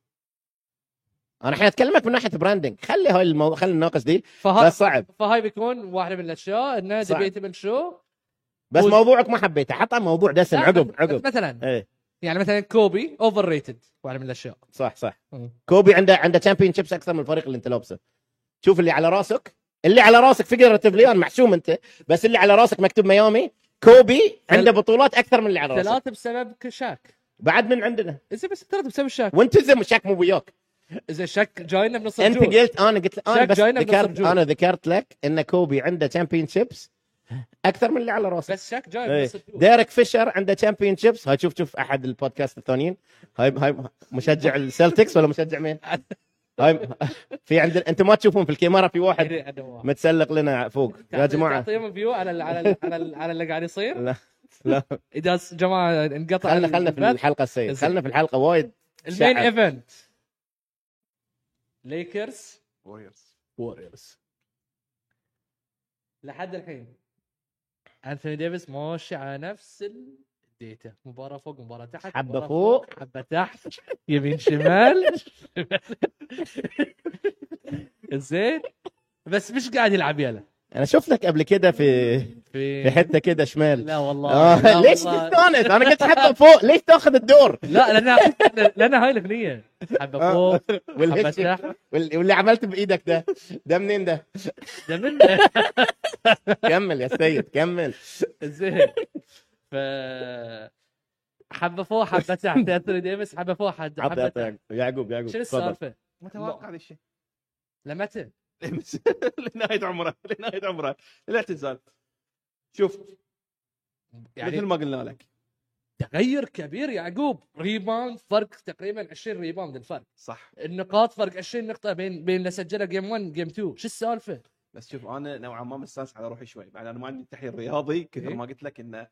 انا الحين اتكلمك من ناحيه براندنج، خلي هاي المو... خلي نناقش دي. فهاي بس صعب. فهاي بيكون واحده من الاشياء انه صعب. ديبيتبل شو. بس و- موضوعك ما حبيته، حطها موضوع دسم لا، عقب بس- عقب. بس مثلا ايه يعني مثلا كوبي اوفر ريتد واحده من الاشياء. صح صح. مم. كوبي عنده عنده تشامبيون شيبس اكثر من الفريق اللي انت لابسه. شوف اللي على راسك، اللي على راسك فيجرتيفلي انا محسوم انت، بس اللي على راسك مكتوب ميامي. كوبي عنده بطولات اكثر من اللي على راسك. ثلاثه بسبب شاك. بعد من عندنا اذا بس ثلاثه بسبب شاك. وانت زي شاك مو وياك. اذا شاك جاينا بنص انت الجول. قلت انا قلت انا شاك بس جاينا بنص ذكرت الجول. انا ذكرت لك ان كوبي عنده تشامبيون شيبس اكثر من اللي على راسك. بس شاك جاي ايه. بنص الجول. ديريك فيشر عنده تشامبيون شيبس. هاي شوف شوف احد البودكاست الثانيين. هاي هاي مشجع السلتكس ولا مشجع مين؟ هاي في عند انت ما تشوفون في الكاميرا في واحد إيه، عندهم واحد. متسلق لنا فوق يا جماعه. تعطيهم فيو على ال على ال على, ال على اللي قاعد يصير. لا لا اذا س- جماعه انقطع خلنا خلنا في البث. الحلقه السيد، زين. خلنا في الحلقه وايد. المين شعب. ايفنت ليكرز ووريرز. ووريرز. لحد الحين أنثوني ديفيس ماشي على نفس الديتا، مباراة فوق مباراة تحت، حبة مباراة فوق حبة تحت، يمين شمال. زين بس مش قاعد يلعب يلا. انا شفتك قبل كده في في في حته كده شمال. لا والله آه لا ليش والله. تستانس؟ انا قلت حبه فوق، ليش تاخذ الدور؟ لا لأن لأن هاي الأغنية حبة فوق حبة والهيك تحت. وال- واللي عملت بايدك ده ده منين ده؟ ده من كمل يا سيد كمل. زين. ف حبة فوق حبة تحت، أنثوني ديفيس حبة فوق حبة عطي تحت. عطي يعقوب يعقوب شنو تفضل. السالفة؟ متوقع هذا الشيء. لمتى؟ لنهايه عمره لنهايه عمره للاعتزال. شوف يعني مثل ما قلنا لك تغير كبير يعقوب، ريباوند فرق تقريبا عشرين ريباوند الفرق، صح. النقاط فرق عشرين نقطة بين بين اللي سجلها جيم واحد جيم اثنين، شو السالفة؟ بس شوف انا نوعا ما مستانس على روحي شوي، بعد انا ما عندي تحليل رياضي كثر إيه؟ ما قلت لك انه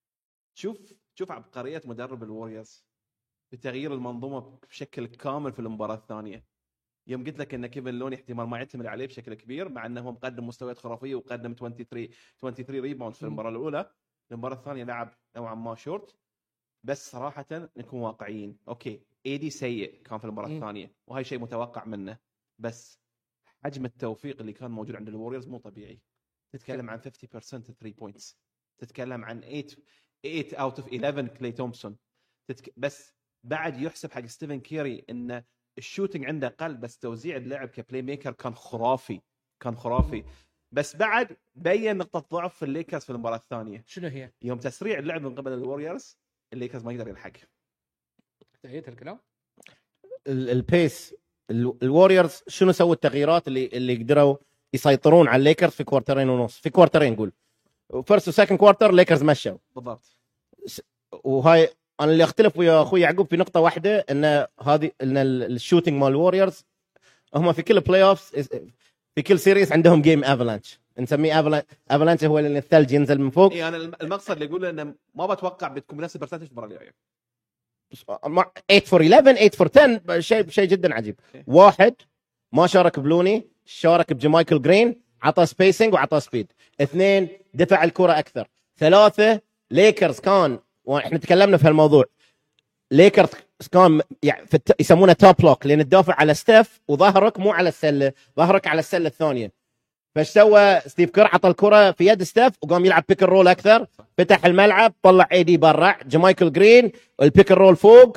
شوف شوف عبقريه مدرب الوريوز بتغيير المنظومه بشكل كامل في المباراه الثانيه. يوم قلت لك ان كيفن لوني احتمال ما يعتمد عليه بشكل كبير، مع انه هو مقدم مستويات خرافيه وقدم ثلاثة وعشرين ثلاثة وعشرين ريباوند في المباراه الاولى. المباراه الثانيه لعب نوعا ما شورت، بس صراحه نكون واقعيين، اوكي ايدي سيء كان في المباراه م. الثانيه وهاي شيء متوقع منه، بس حجم التوفيق اللي كان موجود عند الوريورز مو طبيعي. تتكلم عن خمسين بالمئة ثلاثة بوينتس، تتكلم عن ثمانية ثمانية اوت اوف إحدى عشر كلي تومسون. تتك... بس بعد يحسب حق ستيفن كيري ان الشوتنج عنده قل، بس توزيع اللعب كبلاي ميكر كان خرافي كان خرافي. بس بعد بين نقطة ضعف في الليكرز في المباراة الثانية. شنو هي؟ يوم تسريع اللعب من قبل الوريورز الليكرز ما يقدر يلحق. انتهيت الكلام؟ ال- البيس ال- الوريورز شنو سووا التغييرات اللي اللي قدروا يسيطرون على الليكرز في كوارترين ونص، في كوارترين نقول فيرست وسكند كوارتر الليكرز مشوا. بالضبط. وهاي انا اللي اختلف ويا اخوي يعقوب في نقطه واحده، ان هذه ان الشوتنج مال الوريورز هم في كل بلاي اوف في كل سيريز عندهم جيم افلانش، نسميه افلانش. افلانش هو اللي الثلج ينزل من فوق. اي انا المقصد اللي يقول انه ما بتوقع بتكون بنفس البرسنتج المباراه الجايه. ثمانية فور إحدى عشر ثمانية فور عشرة شيء شيء جدا عجيب. واحد ما شارك بلوني، شارك بجمايكل جرين، عطى سبيسنج وعطى سبيد. اثنين دفع الكرة اكثر. ثلاثة ليكرز كان، واحنا تكلمنا في هالموضوع، ليكرز كان يعني في الت... يسمونه توب لوك، لان تدافع على ستيف وظهرك مو على السله، ظهرك على السله الثانيه. فايش سوى ستيف كير؟ عطى الكره في يد ستيف وقام يلعب بيك الرول اكثر، فتح الملعب، طلع اي دي برا، جمايكل جرين والبيك الرول فوق.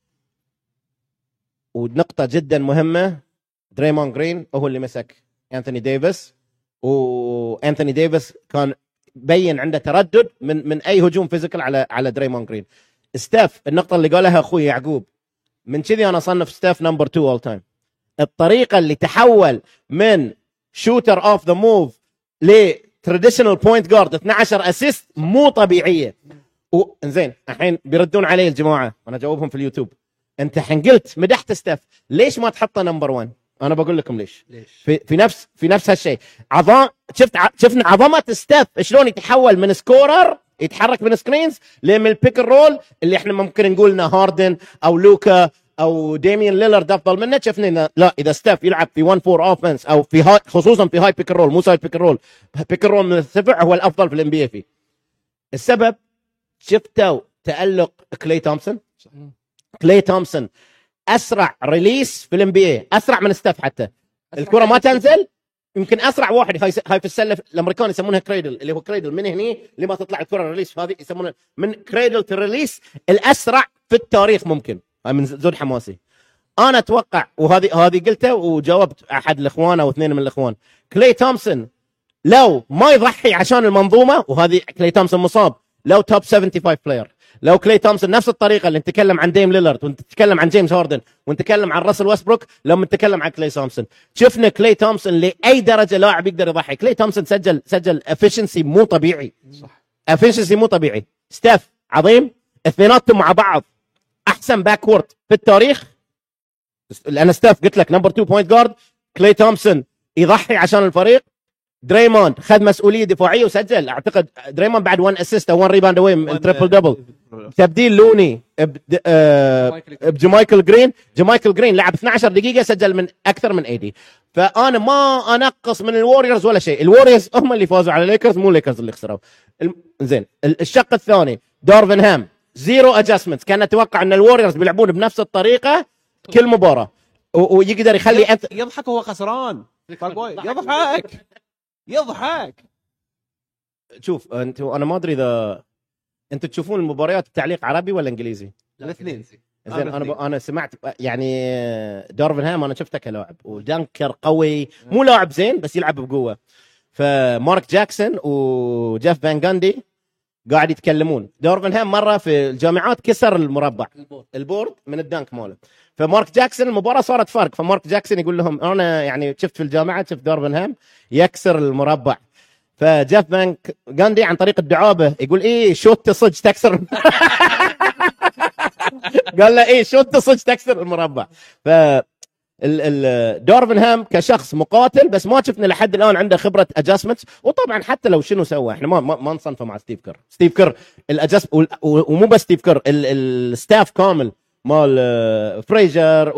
ونقطه جدا مهمه، دريمون جرين هو اللي مسك انثوني ديفيس، وانثوني ديفيس كان بين عنده تردد من من اي هجوم فيزيكال على على دريمون جرين. ستيف النقطه اللي قالها اخوي يعقوب، من كذي انا اصنف ستيف نمبر اثنين اول تايم. الطريقه اللي تحول من شوتر اوف ذا موف لتراديشنال بوينت جارد اثني عشر اسيست مو طبيعيه. وانزين الحين بيردون علي الجماعه، انا جاوبهم في اليوتيوب، انت الحين قلت مدحت ستيف، ليش ما تحطه نمبر واحد؟ انا بقول لكم ليش. ليش؟ في في نفس في نفس هالشيء. عظام شفت ع... شفنا عظمه ستيف شلون يتحول من سكورر يتحرك من سكرينز لمن البيك الرول اللي احنا ممكن نقول انه هاردن او لوكا او ديميان ليلارد افضل منه. شفنا لا، اذا ستيف يلعب في واحد أربعة اوفنس او في هاي، خصوصا في هاي بيك الرول مو سايد بيك الرول، بيك الرول من السبع هو الافضل في الام بي اي فيه. السبب شفتوا تالق كلي تومسون. كلي تومسون اسرع ريليس في الام بي اي، اسرع من ستيف، حتى الكره ما تنزل يمكن اسرع واحد. هاي هاي في السله الامريكان يسمونها كريدل، اللي هو كريدل من هني لما تطلع الكره ريليس، هذه يسمونها من كريدل تريليس الاسرع في التاريخ ممكن. هاي من زود حماسي. انا اتوقع، وهذه هذه قلتها وجاوبت احد الاخوان او اثنين من الاخوان، كلي تومسون لو ما يضحي عشان المنظومه، وهذه كلي تومسون مصاب، لو توب خمسة وسبعين بلاير، لو كلي تومسون نفس الطريقه اللي نتكلم عن ديم ليلارد ونتكلم عن جيمس هاردن ونتكلم عن راسل ويستبروك، لما نتكلم عن كلي تومسون شفنا كلي تومسون لاي درجه لاعب يقدر يضحي. كلي تومسون سجل سجل افشنسي مو طبيعي، صح، افشنسي مو طبيعي. ستيف عظيم، اثنيناتهم مع بعض احسن باكورد في التاريخ. لان ستيف قلت لك نمبر اثنين بوينت جارد، كلي تومسون يضحي عشان الفريق. دريموند خذ مسؤوليه دفاعيه وسجل، اعتقد دريموند بعد واحد اسيست او واحد ريباوند اوي من تريبل دبل. تبديل لوني بد... آه... بجمايكل جرين. جمايكل جرين لعب اثنتي عشرة دقيقه سجل من اكثر من اي دي. فانا ما انقص من الوريورز ولا شيء. الوريورز هم اللي فازوا على الليكرز مو الليكرز اللي خسروا. الم... زين الشق الثاني دارفن هام زيرو ادجستمنت. كان اتوقع ان الوريورز بيلعبون بنفس الطريقه كل مباراه و... ويقدر يخلي أث... يضحك وهو خسران. يضحك يضحك. شوف انتوا انا ما ادري اذا انتوا تشوفون المباريات بتعليق عربي ولا انجليزي؟ الاثنين. زين انا ب... انا سمعت يعني دارفن هام انا شفته كلاعب ودانكر قوي مو لاعب زين بس يلعب بقوه. فمارك جاكسون وجيف فان جاندي قاعد يتكلمون. دارفن هام مره في الجامعات كسر المربع البورد من الدانك ماله. فمارك جاكسون المباراه صارت فرق. فمارك جاكسون يقول لهم انا يعني شفت في الجامعه شفت دارفن هام يكسر المربع. فجيف فان جاندي عن طريق الدعابه يقول ايه شوت صج تكسر قال له ايه شوت صج تكسر المربع. ف دارفن هام كشخص مقاتل بس ما شفنا لحد الان عنده خبره ادجستمنت. وطبعا حتى لو شنو سوى احنا ما ما نصنفه مع ستيف كير. ستيف كير الادجست ومو بس ستيف كير الستاف كامل مال فريجر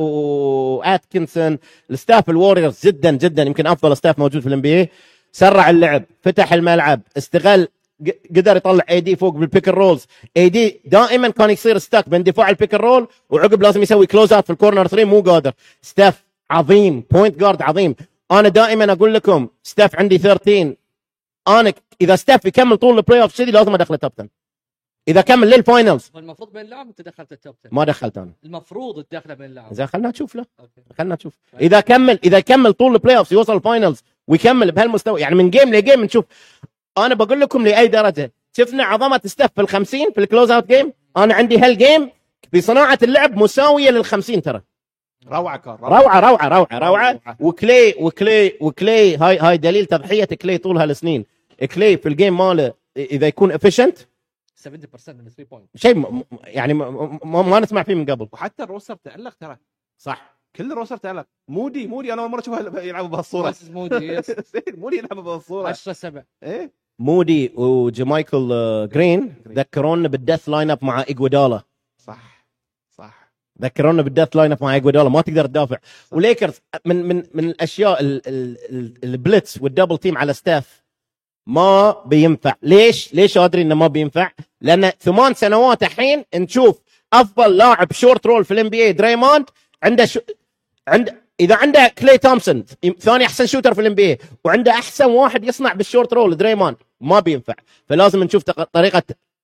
واتكنسون الستاف الواريورز جدا جدا يمكن افضل ستاف موجود في الام بي اي. سرع اللعب فتح الملعب استغل قدر يطلع اي دي فوق بالبيك رولز. اي دي دائما كان يصير ستاك بين دفاع البيك رول وعقب لازم يسوي كلوز اوت في الكورنر ثلاثة مو قادر. ستاف عظيم بوينت جارد عظيم. انا دائما اقول لكم ستاف عندي ثلاثة عشر. انا اذا ستاف يكمل طول البلاي اوف كذي لازم ادخل التوب عشرة. اذا كمل للفاينلز المفروض بين لاعب انت دخلت التوب عشرة. ما دخلت انا المفروض تدخله بين لاعب. زين خلنا نشوف له خلنا نشوف اذا كمل اذا كمل طول البلاي اوف يوصل الفاينلز ويكمل بهالمستوى يعني من جيم لجيم نشوف. انا بقول لكم لاي درجه شفنا عظمه ستاف في الخمسين في الكلوز اوت جيم. انا عندي هالجيم في صناعه اللعب مساويه للخمسين ترى. روعه كان روعه روعه روعه روعه. وكلي وكلي وكلي هاي هاي دليل تضحيه كلي طول هالسنين. كلي في الجيم ماله اذا يكون افيشنت سبعين بالمئة من ثلاثة بوينت شيء م... يعني ما... ما... ما نسمع فيه من قبل. وحتى الروستر تألق ترى صح كل الروستر تألق. مودي مودي انا اول مره اشوفه يلعبوا بهالصوره. مودي مودي يلعب بهالصوره عشرة سبعة. ايه مودي وجمايكل جرين ذكرونا بالديث لاين اب مع ايجوادالا. صح صح ذكرونا بالديث لاين اب مع ايجوادالا ما تقدر تدافع. وليكرز من من من الاشياء ال... ال... البليتس والدبل تيم على ستاف ما بينفع. ليش ليش ادري انه ما بينفع؟ لان ثمان سنوات الحين نشوف افضل لاعب شورت رول في الام بي اي دريموند عنده شو... عند اذا عنده كلي تومسون ثاني احسن شوتر في الام بي اي وعنده احسن واحد يصنع بالشورت رول دريموند ما بينفع. فلازم نشوف طريقه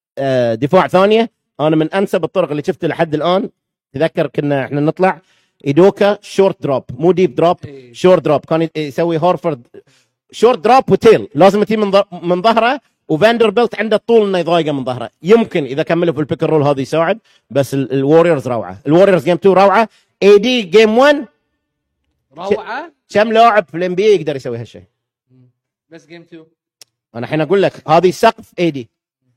دفاع ثانيه. انا من انسب الطرق اللي شفت لحد الان تذكر كنا احنا نطلع ايدوكا شورت دروب مو ديب دروب شورت دروب كان يسوي هورفورد شورت دروب وتيل لازم تجي من من ظهره. وفاندربيلت عنده الطول انه يضايقه من ظهره. يمكن اذا كملوا في البيك رول هذا يساعد. بس الوريورز روعه. الوريورز جيم اثنين روعه. اي دي جيم واحد روعه. كم لاعب في الام بي اي يقدر يسوي هالشيء؟ بس جيم اثنين انا الحين اقول لك هذه سقف اي دي.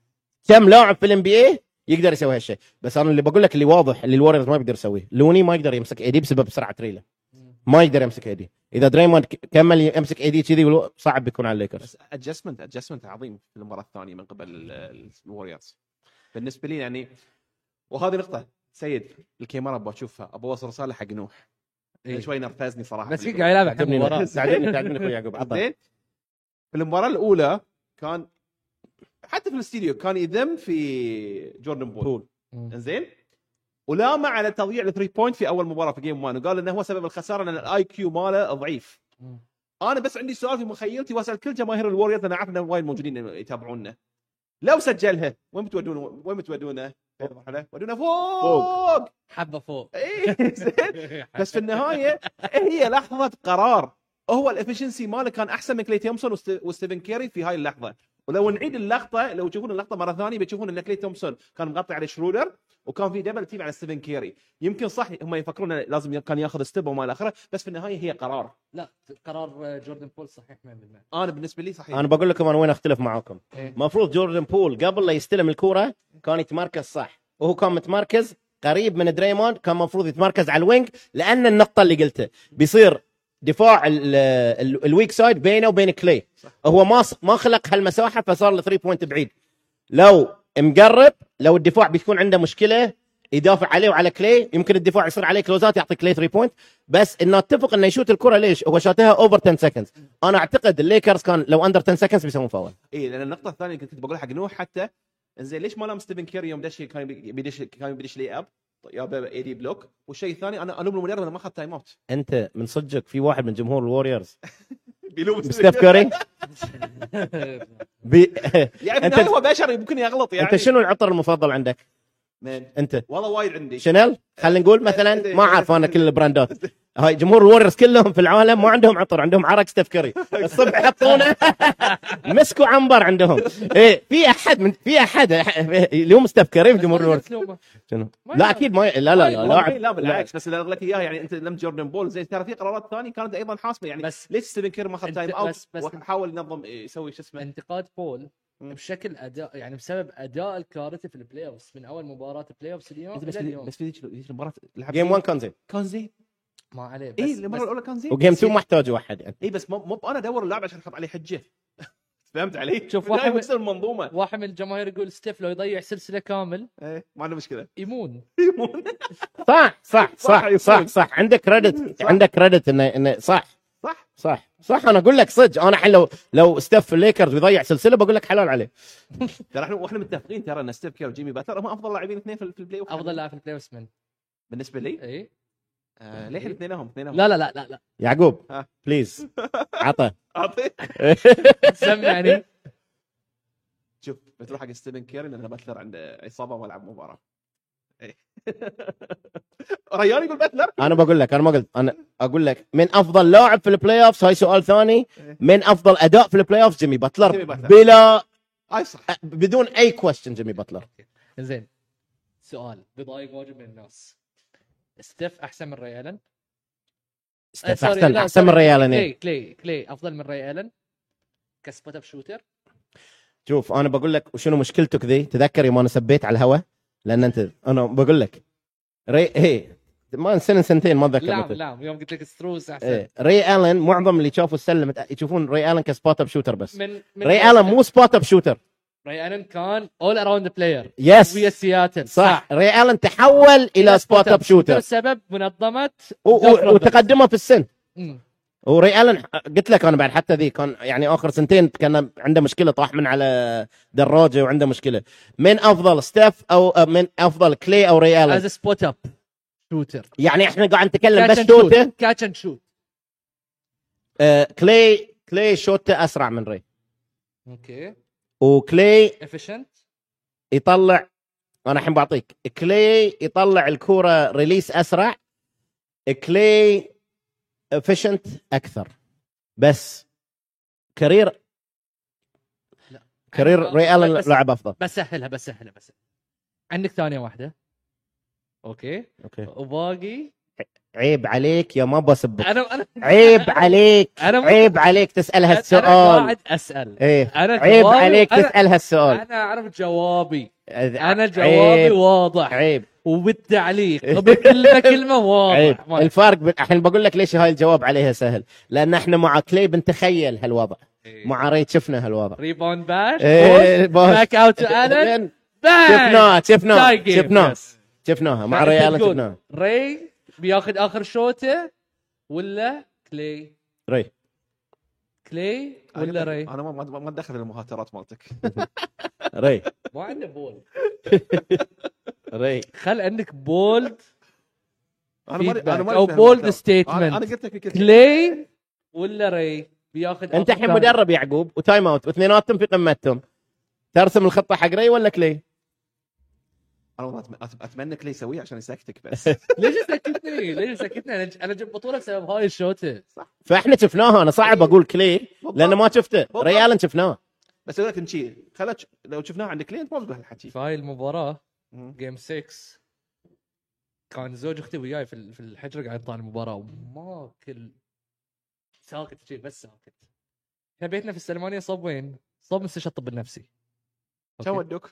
كم لاعب في الام بي اي يقدر يسوي هالشيء؟ بس انا اللي بقول لك اللي واضح اللي الوريورز ما يقدر يسويه. لوني ما يقدر يمسك اي دي بسبب سرعه ريله. ما يقدر يمسك اي دي. اذا دريموند كمل يمسك اي دي كذي صعب بيكون على الليكرز. بس ادجستمنت ادجستمنت عظيم في المباراه الثانيه من قبل الوريورز بالنسبه لي يعني. وهذه نقطه سيد الكاميرا ابغى اشوفها ابغى اوصل رساله حق نوح. إيه؟ شوي نرفزني صراحه بس قاعد يلعب حق المباراه. ساعدني ساعدني اخوي يعقوب. زين في المباراه الاولى كان حتى في الاستديو كان يذم في جوردن بول. زين ولامع على تضييع الثري بوينت في اول مباراه في جيم واحد وقال انه هو سبب الخساره لان الاي كيو ماله ضعيف. انا بس عندي سؤال في مخيلتي واسال كل جماهير الوريورز انا عارف انه وايد موجودين يتابعونا. لو سجلها وين بتودونه وين بتودونه؟ ودونا فوق فوق حبه فوق. اي زين بس في النهايه هي لحظه قرار. هو الافشنسي ماله كان احسن من كلي تومسون وستيفن كيري في هاي اللحظه. ولو نعيد اللقطه لو تشوفون اللقطه مره ثانيه بتشوفون ان كلي تومسون كان مغطي على شرودر وكان في دبل تيم على ستيفن كيري. يمكن صح هم يفكرون لازم كان ياخذ ستيب وما الى اخره بس في النهايه هي قرار. لا قرار جوردن بول صحيح مية بالمية. انا بالنسبه لي صحيح. انا بقول لكم انا وين اختلف معاكم. المفروض جوردن بول قبل لا يستلم الكوره كان يتمركز صح وهو كان متمركز قريب من دريموند. كان المفروض يتمركز على الوينج لان النقطه اللي قلتها بيصير دفاع الويك سايد بينه وبين كلي. هو ما ما خلق هالمساحه فصار له ثري بوينت بعيد. لو مقرب، لو الدفاع بيكون عنده مشكله يدافع عليه وعلى كلي، يمكن الدفاع يصير عليه كلوزات يعطي كلي ثلاثة بوينت، بس انه اتفق انه يشوت الكره. ليش هو شاتها اوفر عشرة سكندز؟ انا اعتقد الليكرز كان لو اندر عشرة سكندز بيسوون فاول. اي لان النقطه الثانيه اللي كنت بقول حق نوح حتى زين ليش ما لام ستيفن كيري يوم دش كان بيدش كان بيدش لي اب يا اي دي بلوك. والشيء الثاني انا الوم المدرب انه ما اخذ تايم اوت. انت من صدقك في واحد من جمهور الوريورز بيلوم ستيف كوري بي... يعني انت هو بشر يمكن يغلط يعني. انت شنو العطر المفضل عندك من انت؟ والله وايد عندي شانيل، خلينا نقول مثلا، ما اعرف انا كل البراندات هاي. جمهور الوريورز كلهم في العالم ما عندهم عطر، عندهم عرق ستيف كوري. الصبح يحطونه مسكوا عنبر عندهم. ايه في احد من في احد اليوم ستيف كوري في جمهور الوريورز شنو؟ لا اكيد ما لا لا لا لا, لا, لا بالعكس. بس اللي لك اياها يعني انت لم جوردن بول زين ترى في قرارات ثانيه كانت ايضا حاسمه يعني. بس ليش ستيفن كير ما اخذ تايم اوت بس بس وحاول ينظم يسوي شو اسمه انتقاد بول مم. بشكل اداء، يعني بسبب اداء الكارثي في البلاي اوفز من اول مباراه بلاي اوفز اليوم بس الى اليوم. بس في ذيك المباراه جيم واحد كان زين، كان زين. ما عليه. بس اي المره بس الاولى كان زين. وجيم اثنين ما احتاج واحد يعني. اي بس مو مو انا ادور اللاعب عشان احط عليه حجه. فهمت علي؟ شوف واحد واحد من المنظومه. واحد من الجماهير يقول ستيف لو يضيع سلسله كامل ايه ما عنده مشكله يمون. يمون. صح صح صح يفوز. صح صح عندك كريدت، عندك كريدت انه انه صح صح صح صح. انا اقول لك صدق، انا الحين لو لو ستيف في الليكرز ويضيع سلسله بقول لك حلال عليه. ترى احنا واحنا متفقين ترى ان ستيف كير وجيمي باتلر هم افضل لاعبين اثنين في في البلاي اوف. افضل لاعب في البلاي اوفز من بالنسبه لي اي آه ليه اثنينهم اثنينهم لا لا لا لا لا يعقوب ها. بليز عطى اعطي. سمعني. شوف بتروح حق ستيفن كير لان باتلر عنده اصابه وما لعب مباراه. إيه. ريان يقول باتلر. انا بقول لك، انا ما قلت، انا اقول لك من افضل لاعب في البلاي اوفز، هاي سؤال ثاني. من افضل اداء في البلاي اوفز جيمي باتلر, جيمي باتلر. بلا هاي صح بدون اي كويستشن جيمي باتلر. زين سؤال بضايق واجد من الناس، ستيف احسن من ري الن؟ ستيف احسن احسن من ري الن. كلي كلي كلي افضل من ري الن كسبوت اب شوتر. شوف انا بقول لك وشنو مشكلتك ذي، تذكر يوم انا سبيت على الهواء، لان انت انا بقول لك ري هي ما سنه سنتين ما اتذكر لا متى. لا يوم قلت لك ستروس احسن. إيه. ري الن معظم اللي شافوا السله يشوفون ري الن كسبوت اب شوتر، بس من, من ري الن مو سبوت اب شوتر. ري الن كان اول اراوند بلاير يس ويا سياتل صح. ري الن تحول الى سبوت اب شوتر بسبب منظمه و- و- وتقدمه في السن. مم. وري الن قلت لك انا بعد حتى ذي كان يعني اخر سنتين كان عنده مشكله، طاح من على دراجه وعنده مشكله. من افضل ستيف او من افضل كلي او ري الن از سبوت اب شوتر؟ يعني احنا قاعد نتكلم بس شوته. كاتش اند شوت. آه كلي كلي شوته اسرع من ري، اوكي وكلي افيشنت. يطلع، انا الحين بعطيك كلي يطلع الكوره ريليس اسرع، كلي افيشنت اكثر، بس كارير لا. كارير ري الن بس- لاعب افضل. بسهلها بسهلها بس عندك ثانيه واحده. اوكي اوكي وباقي عيب عليك يا ما بسبك، انا انا عيب عليك انا عيب عليك تسال انا هالسؤال. قاعد اسال. ايه انا عيب جوابي- عليك أنا- تسال هالسؤال. انا اعرف جوابي، انا انا جوابي واضح عيب وبالتعليق وبكلمه كلمه عيب. واضح. ما- الفارق بين الحين بقول لك ليش هاي الجواب عليها سهل، لان احنا مع كلي بنتخيل هالوضع، مع ريت شفنا هالوضع. ريباوند باش إيه، باش. باك اوت تو الن شفناه شفناه Tie game. شفناه Yes. شفناها مع فأنت ريال تقول شفناه. ري بياخذ اخر شوته ولا كلي؟ ري كلي ولا ري؟ انا ما ما ما ادخل المهاترات مالتك. ري ما عنده بول. ري خل عندك بولد انا ما feedback انا ما او أفهم بولد المهاترات. انا انا ستيتمنت. قلت لك كذا. كلي ولا ري بياخذ انت آخر الحين كام؟ مدرب يعقوب وتايم اوت واثنيناتهم في قمتهم، ترسم الخطه حق ري ولا كلي؟ انا والله أتم- أت- اتمنى كلي يسويه عشان يسكتك بس. ليش سكتني؟ ليش سكتني؟ انا ج- انا جبت بطوله بسبب هاي الشوته. فاحنا شفناها، انا صعب اقول كلي لان ما شفته. بالضبط. ريال شفناه. بس اقول لك نشي خلت لو شفناه عند كلي انت ما بتقول هالحكي. في هاي المباراه مم. جيم ستة كان زوج اختي وياي في ال- في الحجره قاعد يطالع المباراه وما كل ساكت شيء بس ساكت. احنا بيتنا في السلمانيه صوب وين؟ صوب مستشفى الطب النفسي. شو أوكي. ودوك؟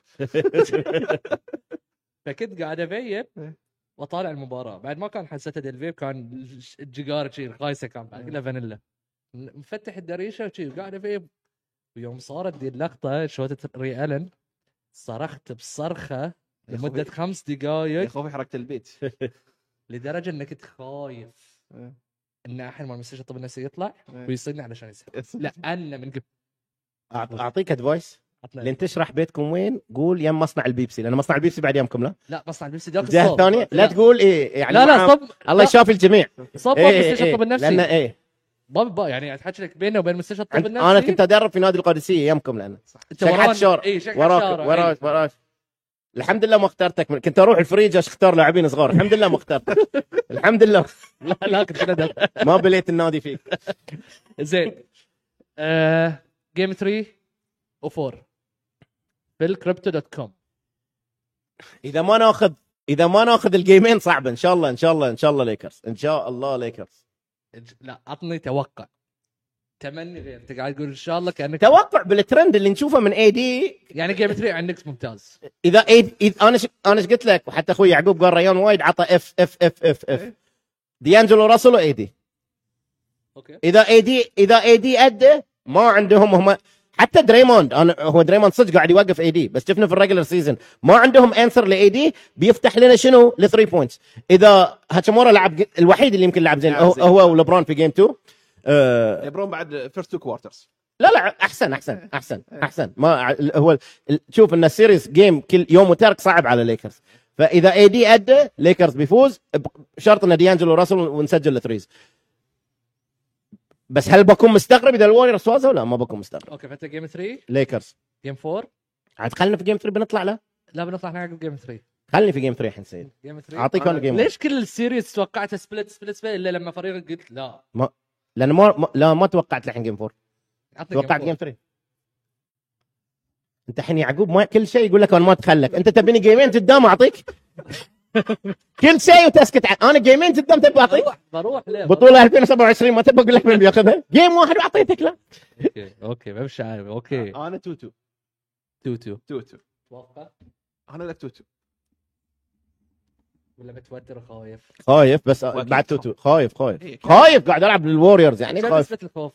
فكنت قاعد افيب إيه. واطالع المباراه، بعد ما كان حسيت الفيب كان الجيجار شيء القايسه كان بعد كلها فانيلا، مفتح الدريشه وشي وقاعد افيب. ويوم صارت دي اللقطه شوتة ري الن صرخت بصرخه يا لمده خوفي- خمس يا دقائق خوفي حركه البيت. لدرجه انك كنت خايف إيه. ان احد من مستشفى الطب النفسي يطلع إيه. ويصيدني علشان يسحب. لا انا من قبل أعط- اعطيك ادفايس عطنا لين تشرح بيتكم وين، قول يم مصنع البيبسي، لان مصنع البيبسي بعد يمكم. لا لا مصنع البيبسي ذاك الجهه الصوب. الثانيه لا تقول ايه يعني لا لا مع- صب الله يشافي الجميع. صب إيه مستشفى إيه الطب النفسي. لان ايه بابا بابا يعني تحكي لك بينه وبين مستشفى الطب عند- النفسي. انا كنت ادرب في نادي القادسيه يمكم، لان انت شكحت وران الشارع اي شكحت وراك الشارع وراك إيه. وراك. الحمد لله ما اخترتك من... كنت اروح الفريج اختار لاعبين صغار، الحمد لله ما اخترتك. الحمد لله لا لا كنت ندم. ما بليت النادي فيك. زين آه... جيم ثلاثة و4 في الكريبتو دوت كوم. اذا ما ناخذ اذا ما ناخذ الجيمين صعبه. ان شاء الله ان شاء الله ان شاء الله ليكرز، ان شاء الله ليكرز. لا عطني توقع تمني غير. انت قاعد تقول ان شاء الله كانك توقع بالترند اللي نشوفه من اي دي. يعني جيم ثلاثة عندك ممتاز. اذا اي إذا انا ش... انا ايش قلت لك، وحتى اخوي يعقوب قال ريان وايد عطى اف اف اف اف اف ديانجلو راسل واي دي. اوكي اذا اي دي اذا اي دي ادى ما عندهم هم، حتى دريموند انا هو دريموند صدق قاعد يوقف اي دي، بس شفنا في الريجلر سيزون ما عندهم انسر لاي دي بيفتح لنا شنو لثري بوينتس. اذا هاتشمورا لعب الوحيد اللي يمكن لعب زين هو, هو ولبرون في جيم تو. آه ليبرون بعد فيرست تو كوارترز. لا لا احسن احسن احسن احسن ما هو شوف ان السيريز جيم كل يوم وترك صعب على ليكرز. فاذا اي دي ادى ليكرز بيفوز بشرط ان ديانجلو راسل ونسجل الثريز. بس هل بكون مستغرب اذا الوريورز فازوا؟ لا ما بكون مستغرب. اوكي فانت جيم ثلاثة ليكرز جيم أربعة. عاد خلينا في جيم ثري بنطلع له. لا بنطلع احنا عقب جيم ثلاثة. خليني في جيم ثري الحين سيد. جيم ثلاثة اعطيك انا جيم ليش كل السيريز توقعتها سبلت سبلت سبلت الا لما فريقك قلت لا لان ما ما- لا ما توقعت الحين جيم فور، عطني توقعت جيم جيم ثري. انت الحين يعقوب ما كل شيء يقول لك انا ما اتخلك، انت تبيني جيمين قدام اعطيك كل شيء وتسكت عن... انا جيمين قدام تبي اعطيك بروح بروح ليه بطوله ألفين وسبعة وعشرين ما تبي اقول لك من بياخذها جيم واحد واعطيتك. لا اوكي اوكي ما مش عارف اوكي انا تو تو تو تو تو تو توقع انا لك تو تو ولا متوتر وخايف؟ خايف بس وأكيد بعد توتو خايف خايف إيه، خايف قاعد العب بالوريورز يعني شو خايف. نسبة الخوف؟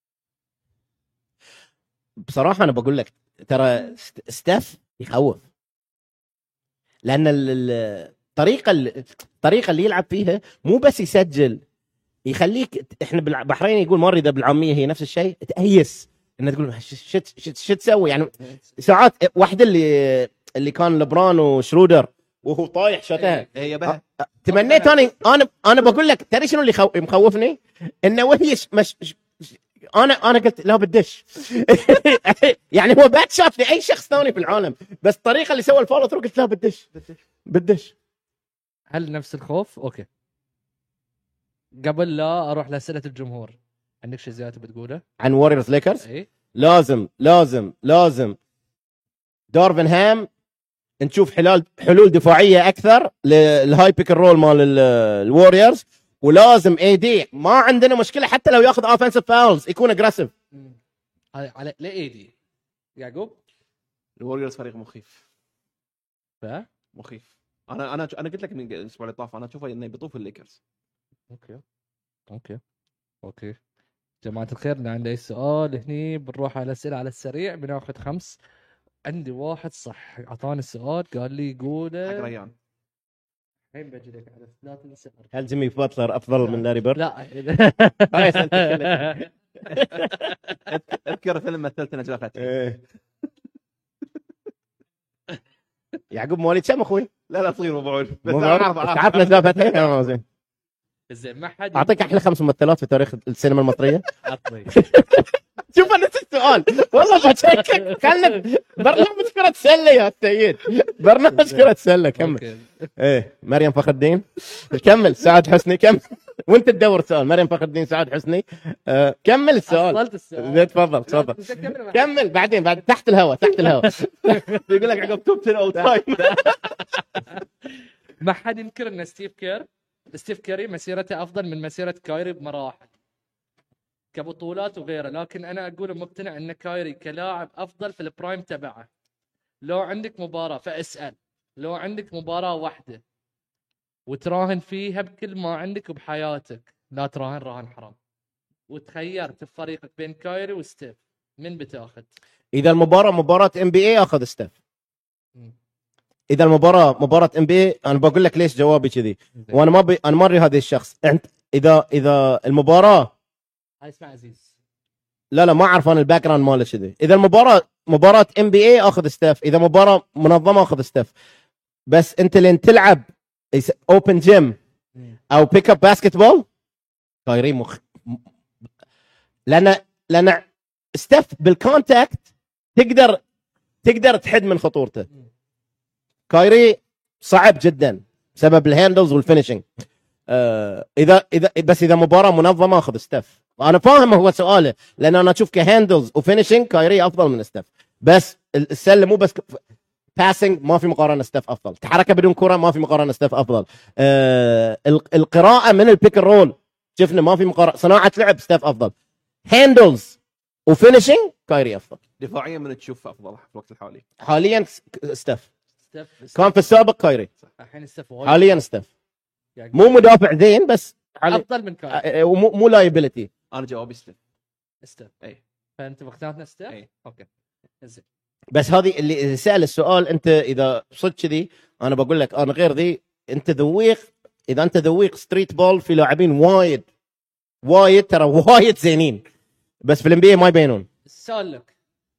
بصراحه انا بقول لك ترى ست- ستاف يخوف، لان ال- ال- الطريقه ال- الطريقه اللي يلعب فيها مو بس يسجل، يخليك احنا بالبحرين يقول ماري اذا بالعاميه هي نفس الشيء تأيس انك تقول شت شت شت تسوي يعني. ساعات واحده اللي اللي كان لبران وشرودر وهو طايح شتها هي بها تمنيت انا انا انا بقول لك ترى شنو اللي خو... مخوفني انه وهي ش... مش... ش... انا انا قلت لا بدش يعني هو بات شات لاي شخص ثاني في العالم، بس الطريقه اللي سوى الفولو ثرو قلت لا بدش بدش. هل نفس الخوف؟ اوكي قبل لا اروح لاسئله الجمهور عندك شيء زياده بتقوله؟ عن ووريرز ليكرز اي لازم لازم لازم دارفن هام نشوف حلال حلول دفاعيه اكثر للهاي بيك الرول مال الوريورز، ولازم اي دي ما عندنا مشكله حتى لو ياخذ اوفنسيف فاولز يكون اجريسيف. على على لا اي دي يعقوب الوريورز فريق مخيف ف مخيف. انا انا انا قلت لك من الاسبوع اللي طاف انا اشوفه انه بيطوف الليكرز. اوكي اوكي اوكي جماعه الخير اللي عنده اي سؤال هني بنروح على الاسئله على السريع بناخذ خمس. عندي واحد صح اعطاني السؤال قال لي حق قوله ريان الحين بجي لك على لا تنسى هل جيمي باتلر افضل من لاري بيرد؟ لا هاي أسئلتك كلها. اذكر فيلم مثلت نجلاء فتحي. إيه. يعقوب مواليد كم اخوي؟ لا لا صغير مو بعود بس مو أنا بعرف أعرف- أعرف. تعرف نجلاء فتحي؟ آه، زين. زين ما حد اعطيك احلى خمس ممثلات في تاريخ السينما المصريه. عطني شوف نفس السؤال والله بشكك. خلنا برنامج كرة سلة يا سيد، برنامج كرة سلة. كمل. أوكي. ايه مريم فخر الدين كمل. سعد حسني كمل وانت تدور سؤال. مريم فخر الدين سعد حسني آه كمل السؤال. حصلت السؤال زين تفضل تفضل كمل بعدين بعد تحت الهواء تحت الهواء. بيقول لك عقب توب عشرة او تايم. ما حد ينكر ان ستيف كير ستيف كيري مسيرته افضل من مسيره كايري بمراحل كبطولات وغيره، لكن انا اقول مقتنع ان كايري كلاعب افضل في البرايم تبعه. لو عندك مباراه فاسال، لو عندك مباراه واحده وتراهن فيها بكل ما عندك بحياتك لا تراهن راهن حرام، وتخيرت في فريقك بين كايري وستيف من بتاخذ؟ اذا المباراه مباراه ام بي اي اخذ ستيف. اذا المباراه مباراه ام بي، انا بقول لك ليش جوابي كذي، وانا ما بي... انا ما اري هذا الشخص. انت اذا اذا المباراه هاي اسمع عزيز، لا لا ما اعرف انا الباك جراوند ماله كذي. اذا المباراه مباراه ام بي اي اخذ ستيف، اذا مباراه منظمه اخذ ستيف. بس انت لين تلعب اوبن جيم او بيك اب باسكت بول كايري مخ. لان لان ستيف بالكونتاكت تقدر تقدر تحد من خطورته. كايري صعب جدا بسبب الهاندلز والفينشنج. آه اذا اذا بس اذا مباراه منظمه اخذ ستيف. انا فاهم هو سؤاله، لان انا اشوف كهاندلز وفينشنج كايري افضل من ستيف. بس السله مو بس باسنج، ما في مقارنه ستيف افضل. تحركه بدون كره ما في مقارنه ستيف افضل. آه القراءه من البيك رول شفنا ما في مقارنه. صناعه لعب ستيف افضل. هاندلز وفينشنج كايري افضل. دفاعيا من تشوف افضل في الوقت الحالي؟ حاليا ستيف. ستيف كان في السابق كايري، الحين ستيف وايد حاليا ستيف. يعني مو مدافع زين بس حالي... افضل من كايري. آه، ومو مو لايبيلتي. انا جوابي ستيف. ستيف اي فانت اخترنا ستيف. اي اوكي زين. بس هذه اللي سأل السؤال، انت اذا صدق كذي انا بقول لك انا غير ذي. انت ذويق، اذا انت ذويق ستريت بول في لاعبين وايد وايد ترى وايد زينين، بس في الام بي ما يبينون. السؤال لك،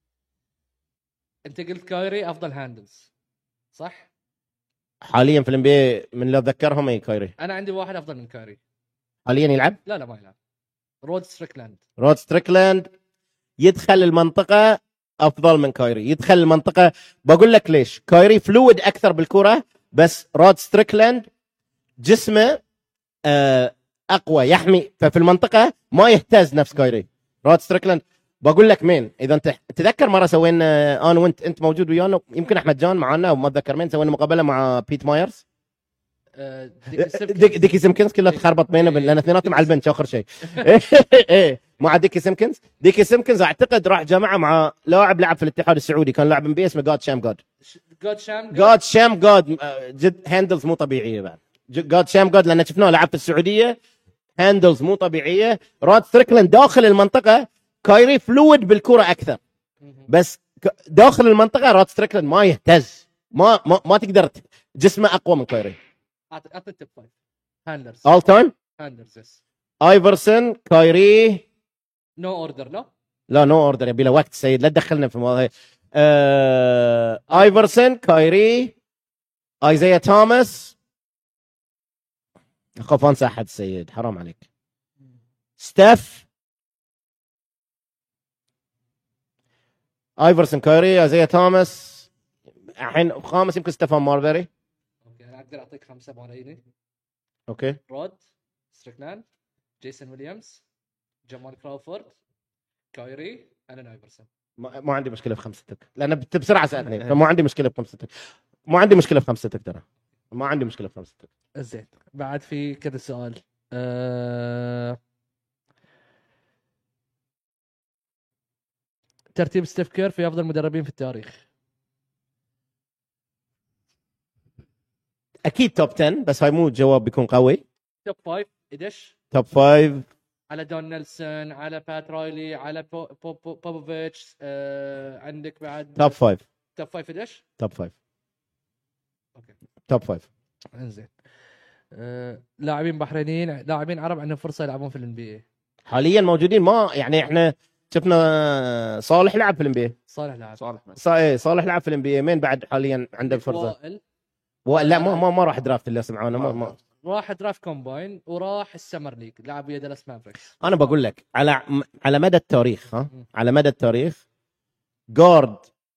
انت قلت كايري افضل هاندلز صح؟ حاليا في الام بي من اللي اتذكرهم اي كايري. انا عندي واحد افضل من كايري. حاليا يلعب لا لا ما يلعب. رود ستريكلاند. رود ستريكلاند يدخل المنطقه افضل من كايري. يدخل المنطقه بقول لك ليش. كايري فلويد اكثر بالكره، بس رود ستريكلاند جسمه آه اقوى يحمي، ففي المنطقه ما يهتز نفس كايري. رود ستريكلاند بقول لك مين، اذا انت تذكر مره سوينا انا وانت انت موجود ويانا، يمكن احمد جان معنا وما اتذكر مين، سوينا مقابله مع بيت مايرز. آه، ديك ديكي سيمكنز كلها تخربط بينهم لان اثنيناتهم على البنش اخر شيء. ايه مع ديكي سيمكنز. ديكي سيمكنز اعتقد راح جماعه مع لاعب لعب في الاتحاد السعودي، كان لاعب ام بي اسمه جاد شام جاد. جود شام جاد شام جاد جد هاندلز مو طبيعيه بعد. جاد شام جاد لان شفناه لعب في السعوديه، هاندلز مو طبيعيه. رود ستريكلاند داخل المنطقه كايري فلويد بالكره اكثر، بس داخل المنطقه رود ستريكلاند ما يهتز، ما ما, ما تقدر جسمه اقوى من كايري. اعطي التوب فايف هاندلرز. اول تايم هاندلرز يس. ايفرسون كايري. نو اوردر لا لا نو اوردر، يبي له وقت سيد، لا تدخلنا في الموضوع. آه... ايفرسون كايري ايزايا توماس. اخاف انسى احد سيد، حرام عليك. ستيف ايفرسون كايري ايزايا توماس. الحين خامس يمكن ستيفان ماربري. اوكي انا اقدر اعطيك خمسه ماليني. اوكي رود ستريكلاند، جيسون ويليامز، جمال كراوفورد، كايري، الين ايفرسون. ما, ما عندي مشكله في خمستك، لان بت- بسرعه سالني فما عندي مشكله في خمستك. مو عندي مشكله في خمستك ترى، ما عندي مشكله في خمستك. زين بعد في كذا سؤال. أه... ترتيب ستيف كير في افضل مدربين في التاريخ. اكيد توب عشرة، بس هاي مو جواب بيكون قوي. توب فايف ادش. توب خمسة على دون نيلسون، على بات رايلي، على بو بو بو بوبوفيتش. أه... عندك بعد توب خمسة توب فايف ادش. توب خمسة اوكي توب خمسة. انزين. أه... لاعبين بحرينيين، لاعبين عرب عندهم فرصه يلعبون في الان بي اي. حاليا موجودين، ما يعني احنا شفنا صالح لعب في الام بي اي. صالح لاعب. صالح صالح لعب في الام بي اي. مين بعد حاليا عنده الفرصه؟ وائل. و... لا ما ما, ما راح درافت اللي سمعونا. ما... ما... راح دراف كومباين وراح السمر ليج، لعب ويا دالاس مافريكس. انا بقول لك على على مدى التاريخ، ها على مدى التاريخ جارد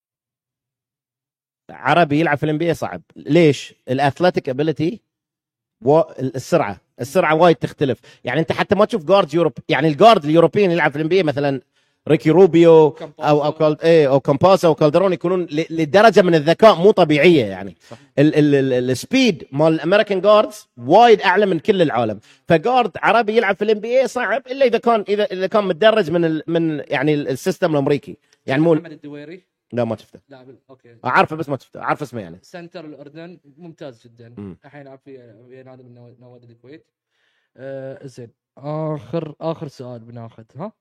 عربي يلعب في الام بي اي صعب. ليش؟ الاثليتيك ابيليتي والسرعه السرعه وايد تختلف. يعني انت حتى ما تشوف جارد يوروب، يعني الجارد اليوروبيين يلعب في الام بي اي مثلا ريكي روبيو او او كالد ايه او كامباسا او كالدرون، يكونون لدرجه من الذكاء مو طبيعيه. يعني السبيد مال الامريكان جاردز وايد اعلى من كل العالم. فجارد عربي يلعب في الام بي اي صعب الا اذا كان اذا اذا كان متدرج من ال من يعني السيستم الامريكي. يعني مو محمد الدويري. لا ما شفته. لاعب اوكي اعرفه بس ما شفته، اعرف اسمه يعني. سنتر الاردن ممتاز جدا. الحين يلعب في في نادي من نوادي الكويت. آه زين اخر اخر سؤال بناخذ ها.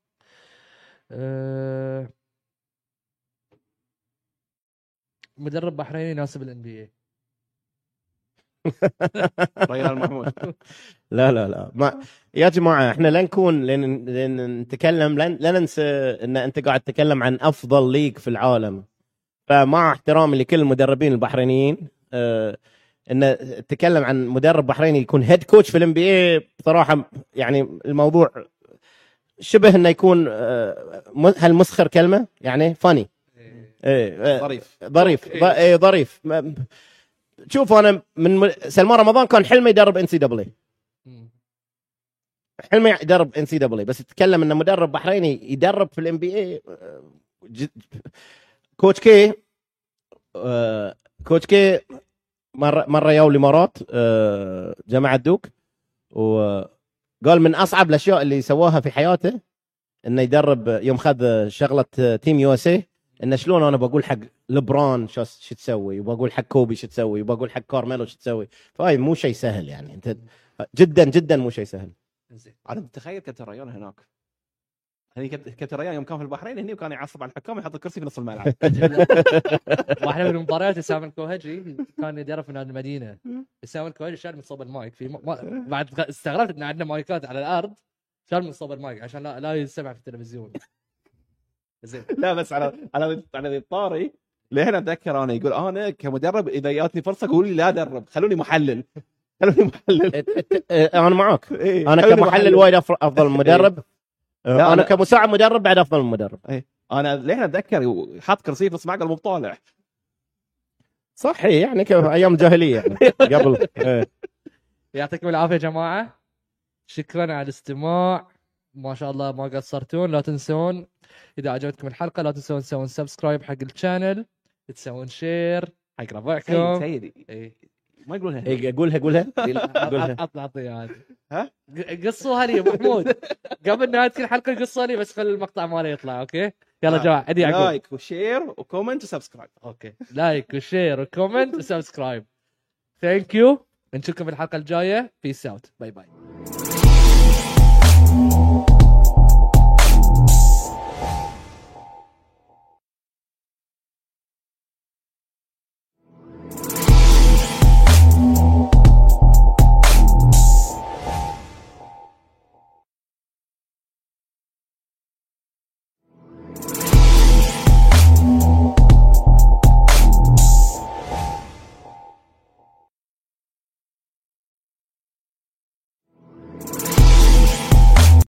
أه... مدرب بحريني يناسب الان بي اي. ريال محمود. لا لا لا ما يا جماعه احنا لا نكون لان لان نتكلم لن لا ننسى ان انت قاعد تتكلم عن افضل ليج في العالم. فمع احترامي لكل المدربين البحرينيين اه ان تتكلم عن مدرب بحريني يكون هيد كوتش في الام بي اي بصراحه يعني الموضوع شبه انه يكون اه هل مسخر كلمه يعني فاني ايه ظريف ظريف ايه ظريف. شوف انا من سلمان رمضان كان حلمه يدرب ان سي دبليو حلمه يدرب ان سي دبليو بس تتكلم انه مدرب بحريني يدرب في الام بي اي. كوتش كي آه كوتش كي مره مره ياو الامارات آه جامعه دوك وقال من اصعب الاشياء اللي سواها في حياته انه يدرب يوم خذ شغله تيم يو اس اي انه شلون انا بقول حق لبران شو شو تسوي وبقول حق كوبي شو تسوي وبقول حق كارميلو شو تسوي. فهاي مو شيء سهل يعني انت جدا جدا مو شيء سهل. انا متخيل كابتن ريان هناك هني كابتن ريان يوم كان في البحرين هني وكان يعصب على الحكام يحط الكرسي في نص الملعب. واحده من المباريات اسامه الكوهجي كان يدرب في نادي المدينه. اسامه الكوهجي شال من صوب المايك في ما... بعد استغربت ان عندنا مايكات على الارض شال من صوب المايك عشان لا, لا يسمع في التلفزيون. زين لا بس على على على الطاري لهنا اتذكر انا يقول انا كمدرب اذا جاتني فرصه قولوا لي لا ادرب خلوني محلل خلوني محلل. انا معاك انا كمحلل وايد افضل من مدرب. انا, أنا كمساعد مدرب بعد افضل من مدرب. ايه انا لهنا اتذكر حاط كرسي في نص معقل مو طالع صح يعني ايام الجاهليه يعني قبل. يعطيكم العافيه يا جماعه شكرا على الاستماع ما شاء الله ما قصرتون. لا تنسون اذا عجبتكم الحلقه لا تنسون تسوون سبسكرايب حق الشانل تسوون شير حق ربعكم. سيدي ايه ما يقولونها ايه قولها قولها قولها اطلع اعطيها ها قصوها لي يا محمود قبل نهايه الحلقه قصوا لي بس خلي المقطع ماله يطلع. اوكي يلا يا جماعه ادي يعقوب لايك وشير وكومنت وسبسكرايب. اوكي لايك وشير وكومنت وسبسكرايب. ثانك يو نشوفكم في الحلقه الجايه. بيس اوت باي باي.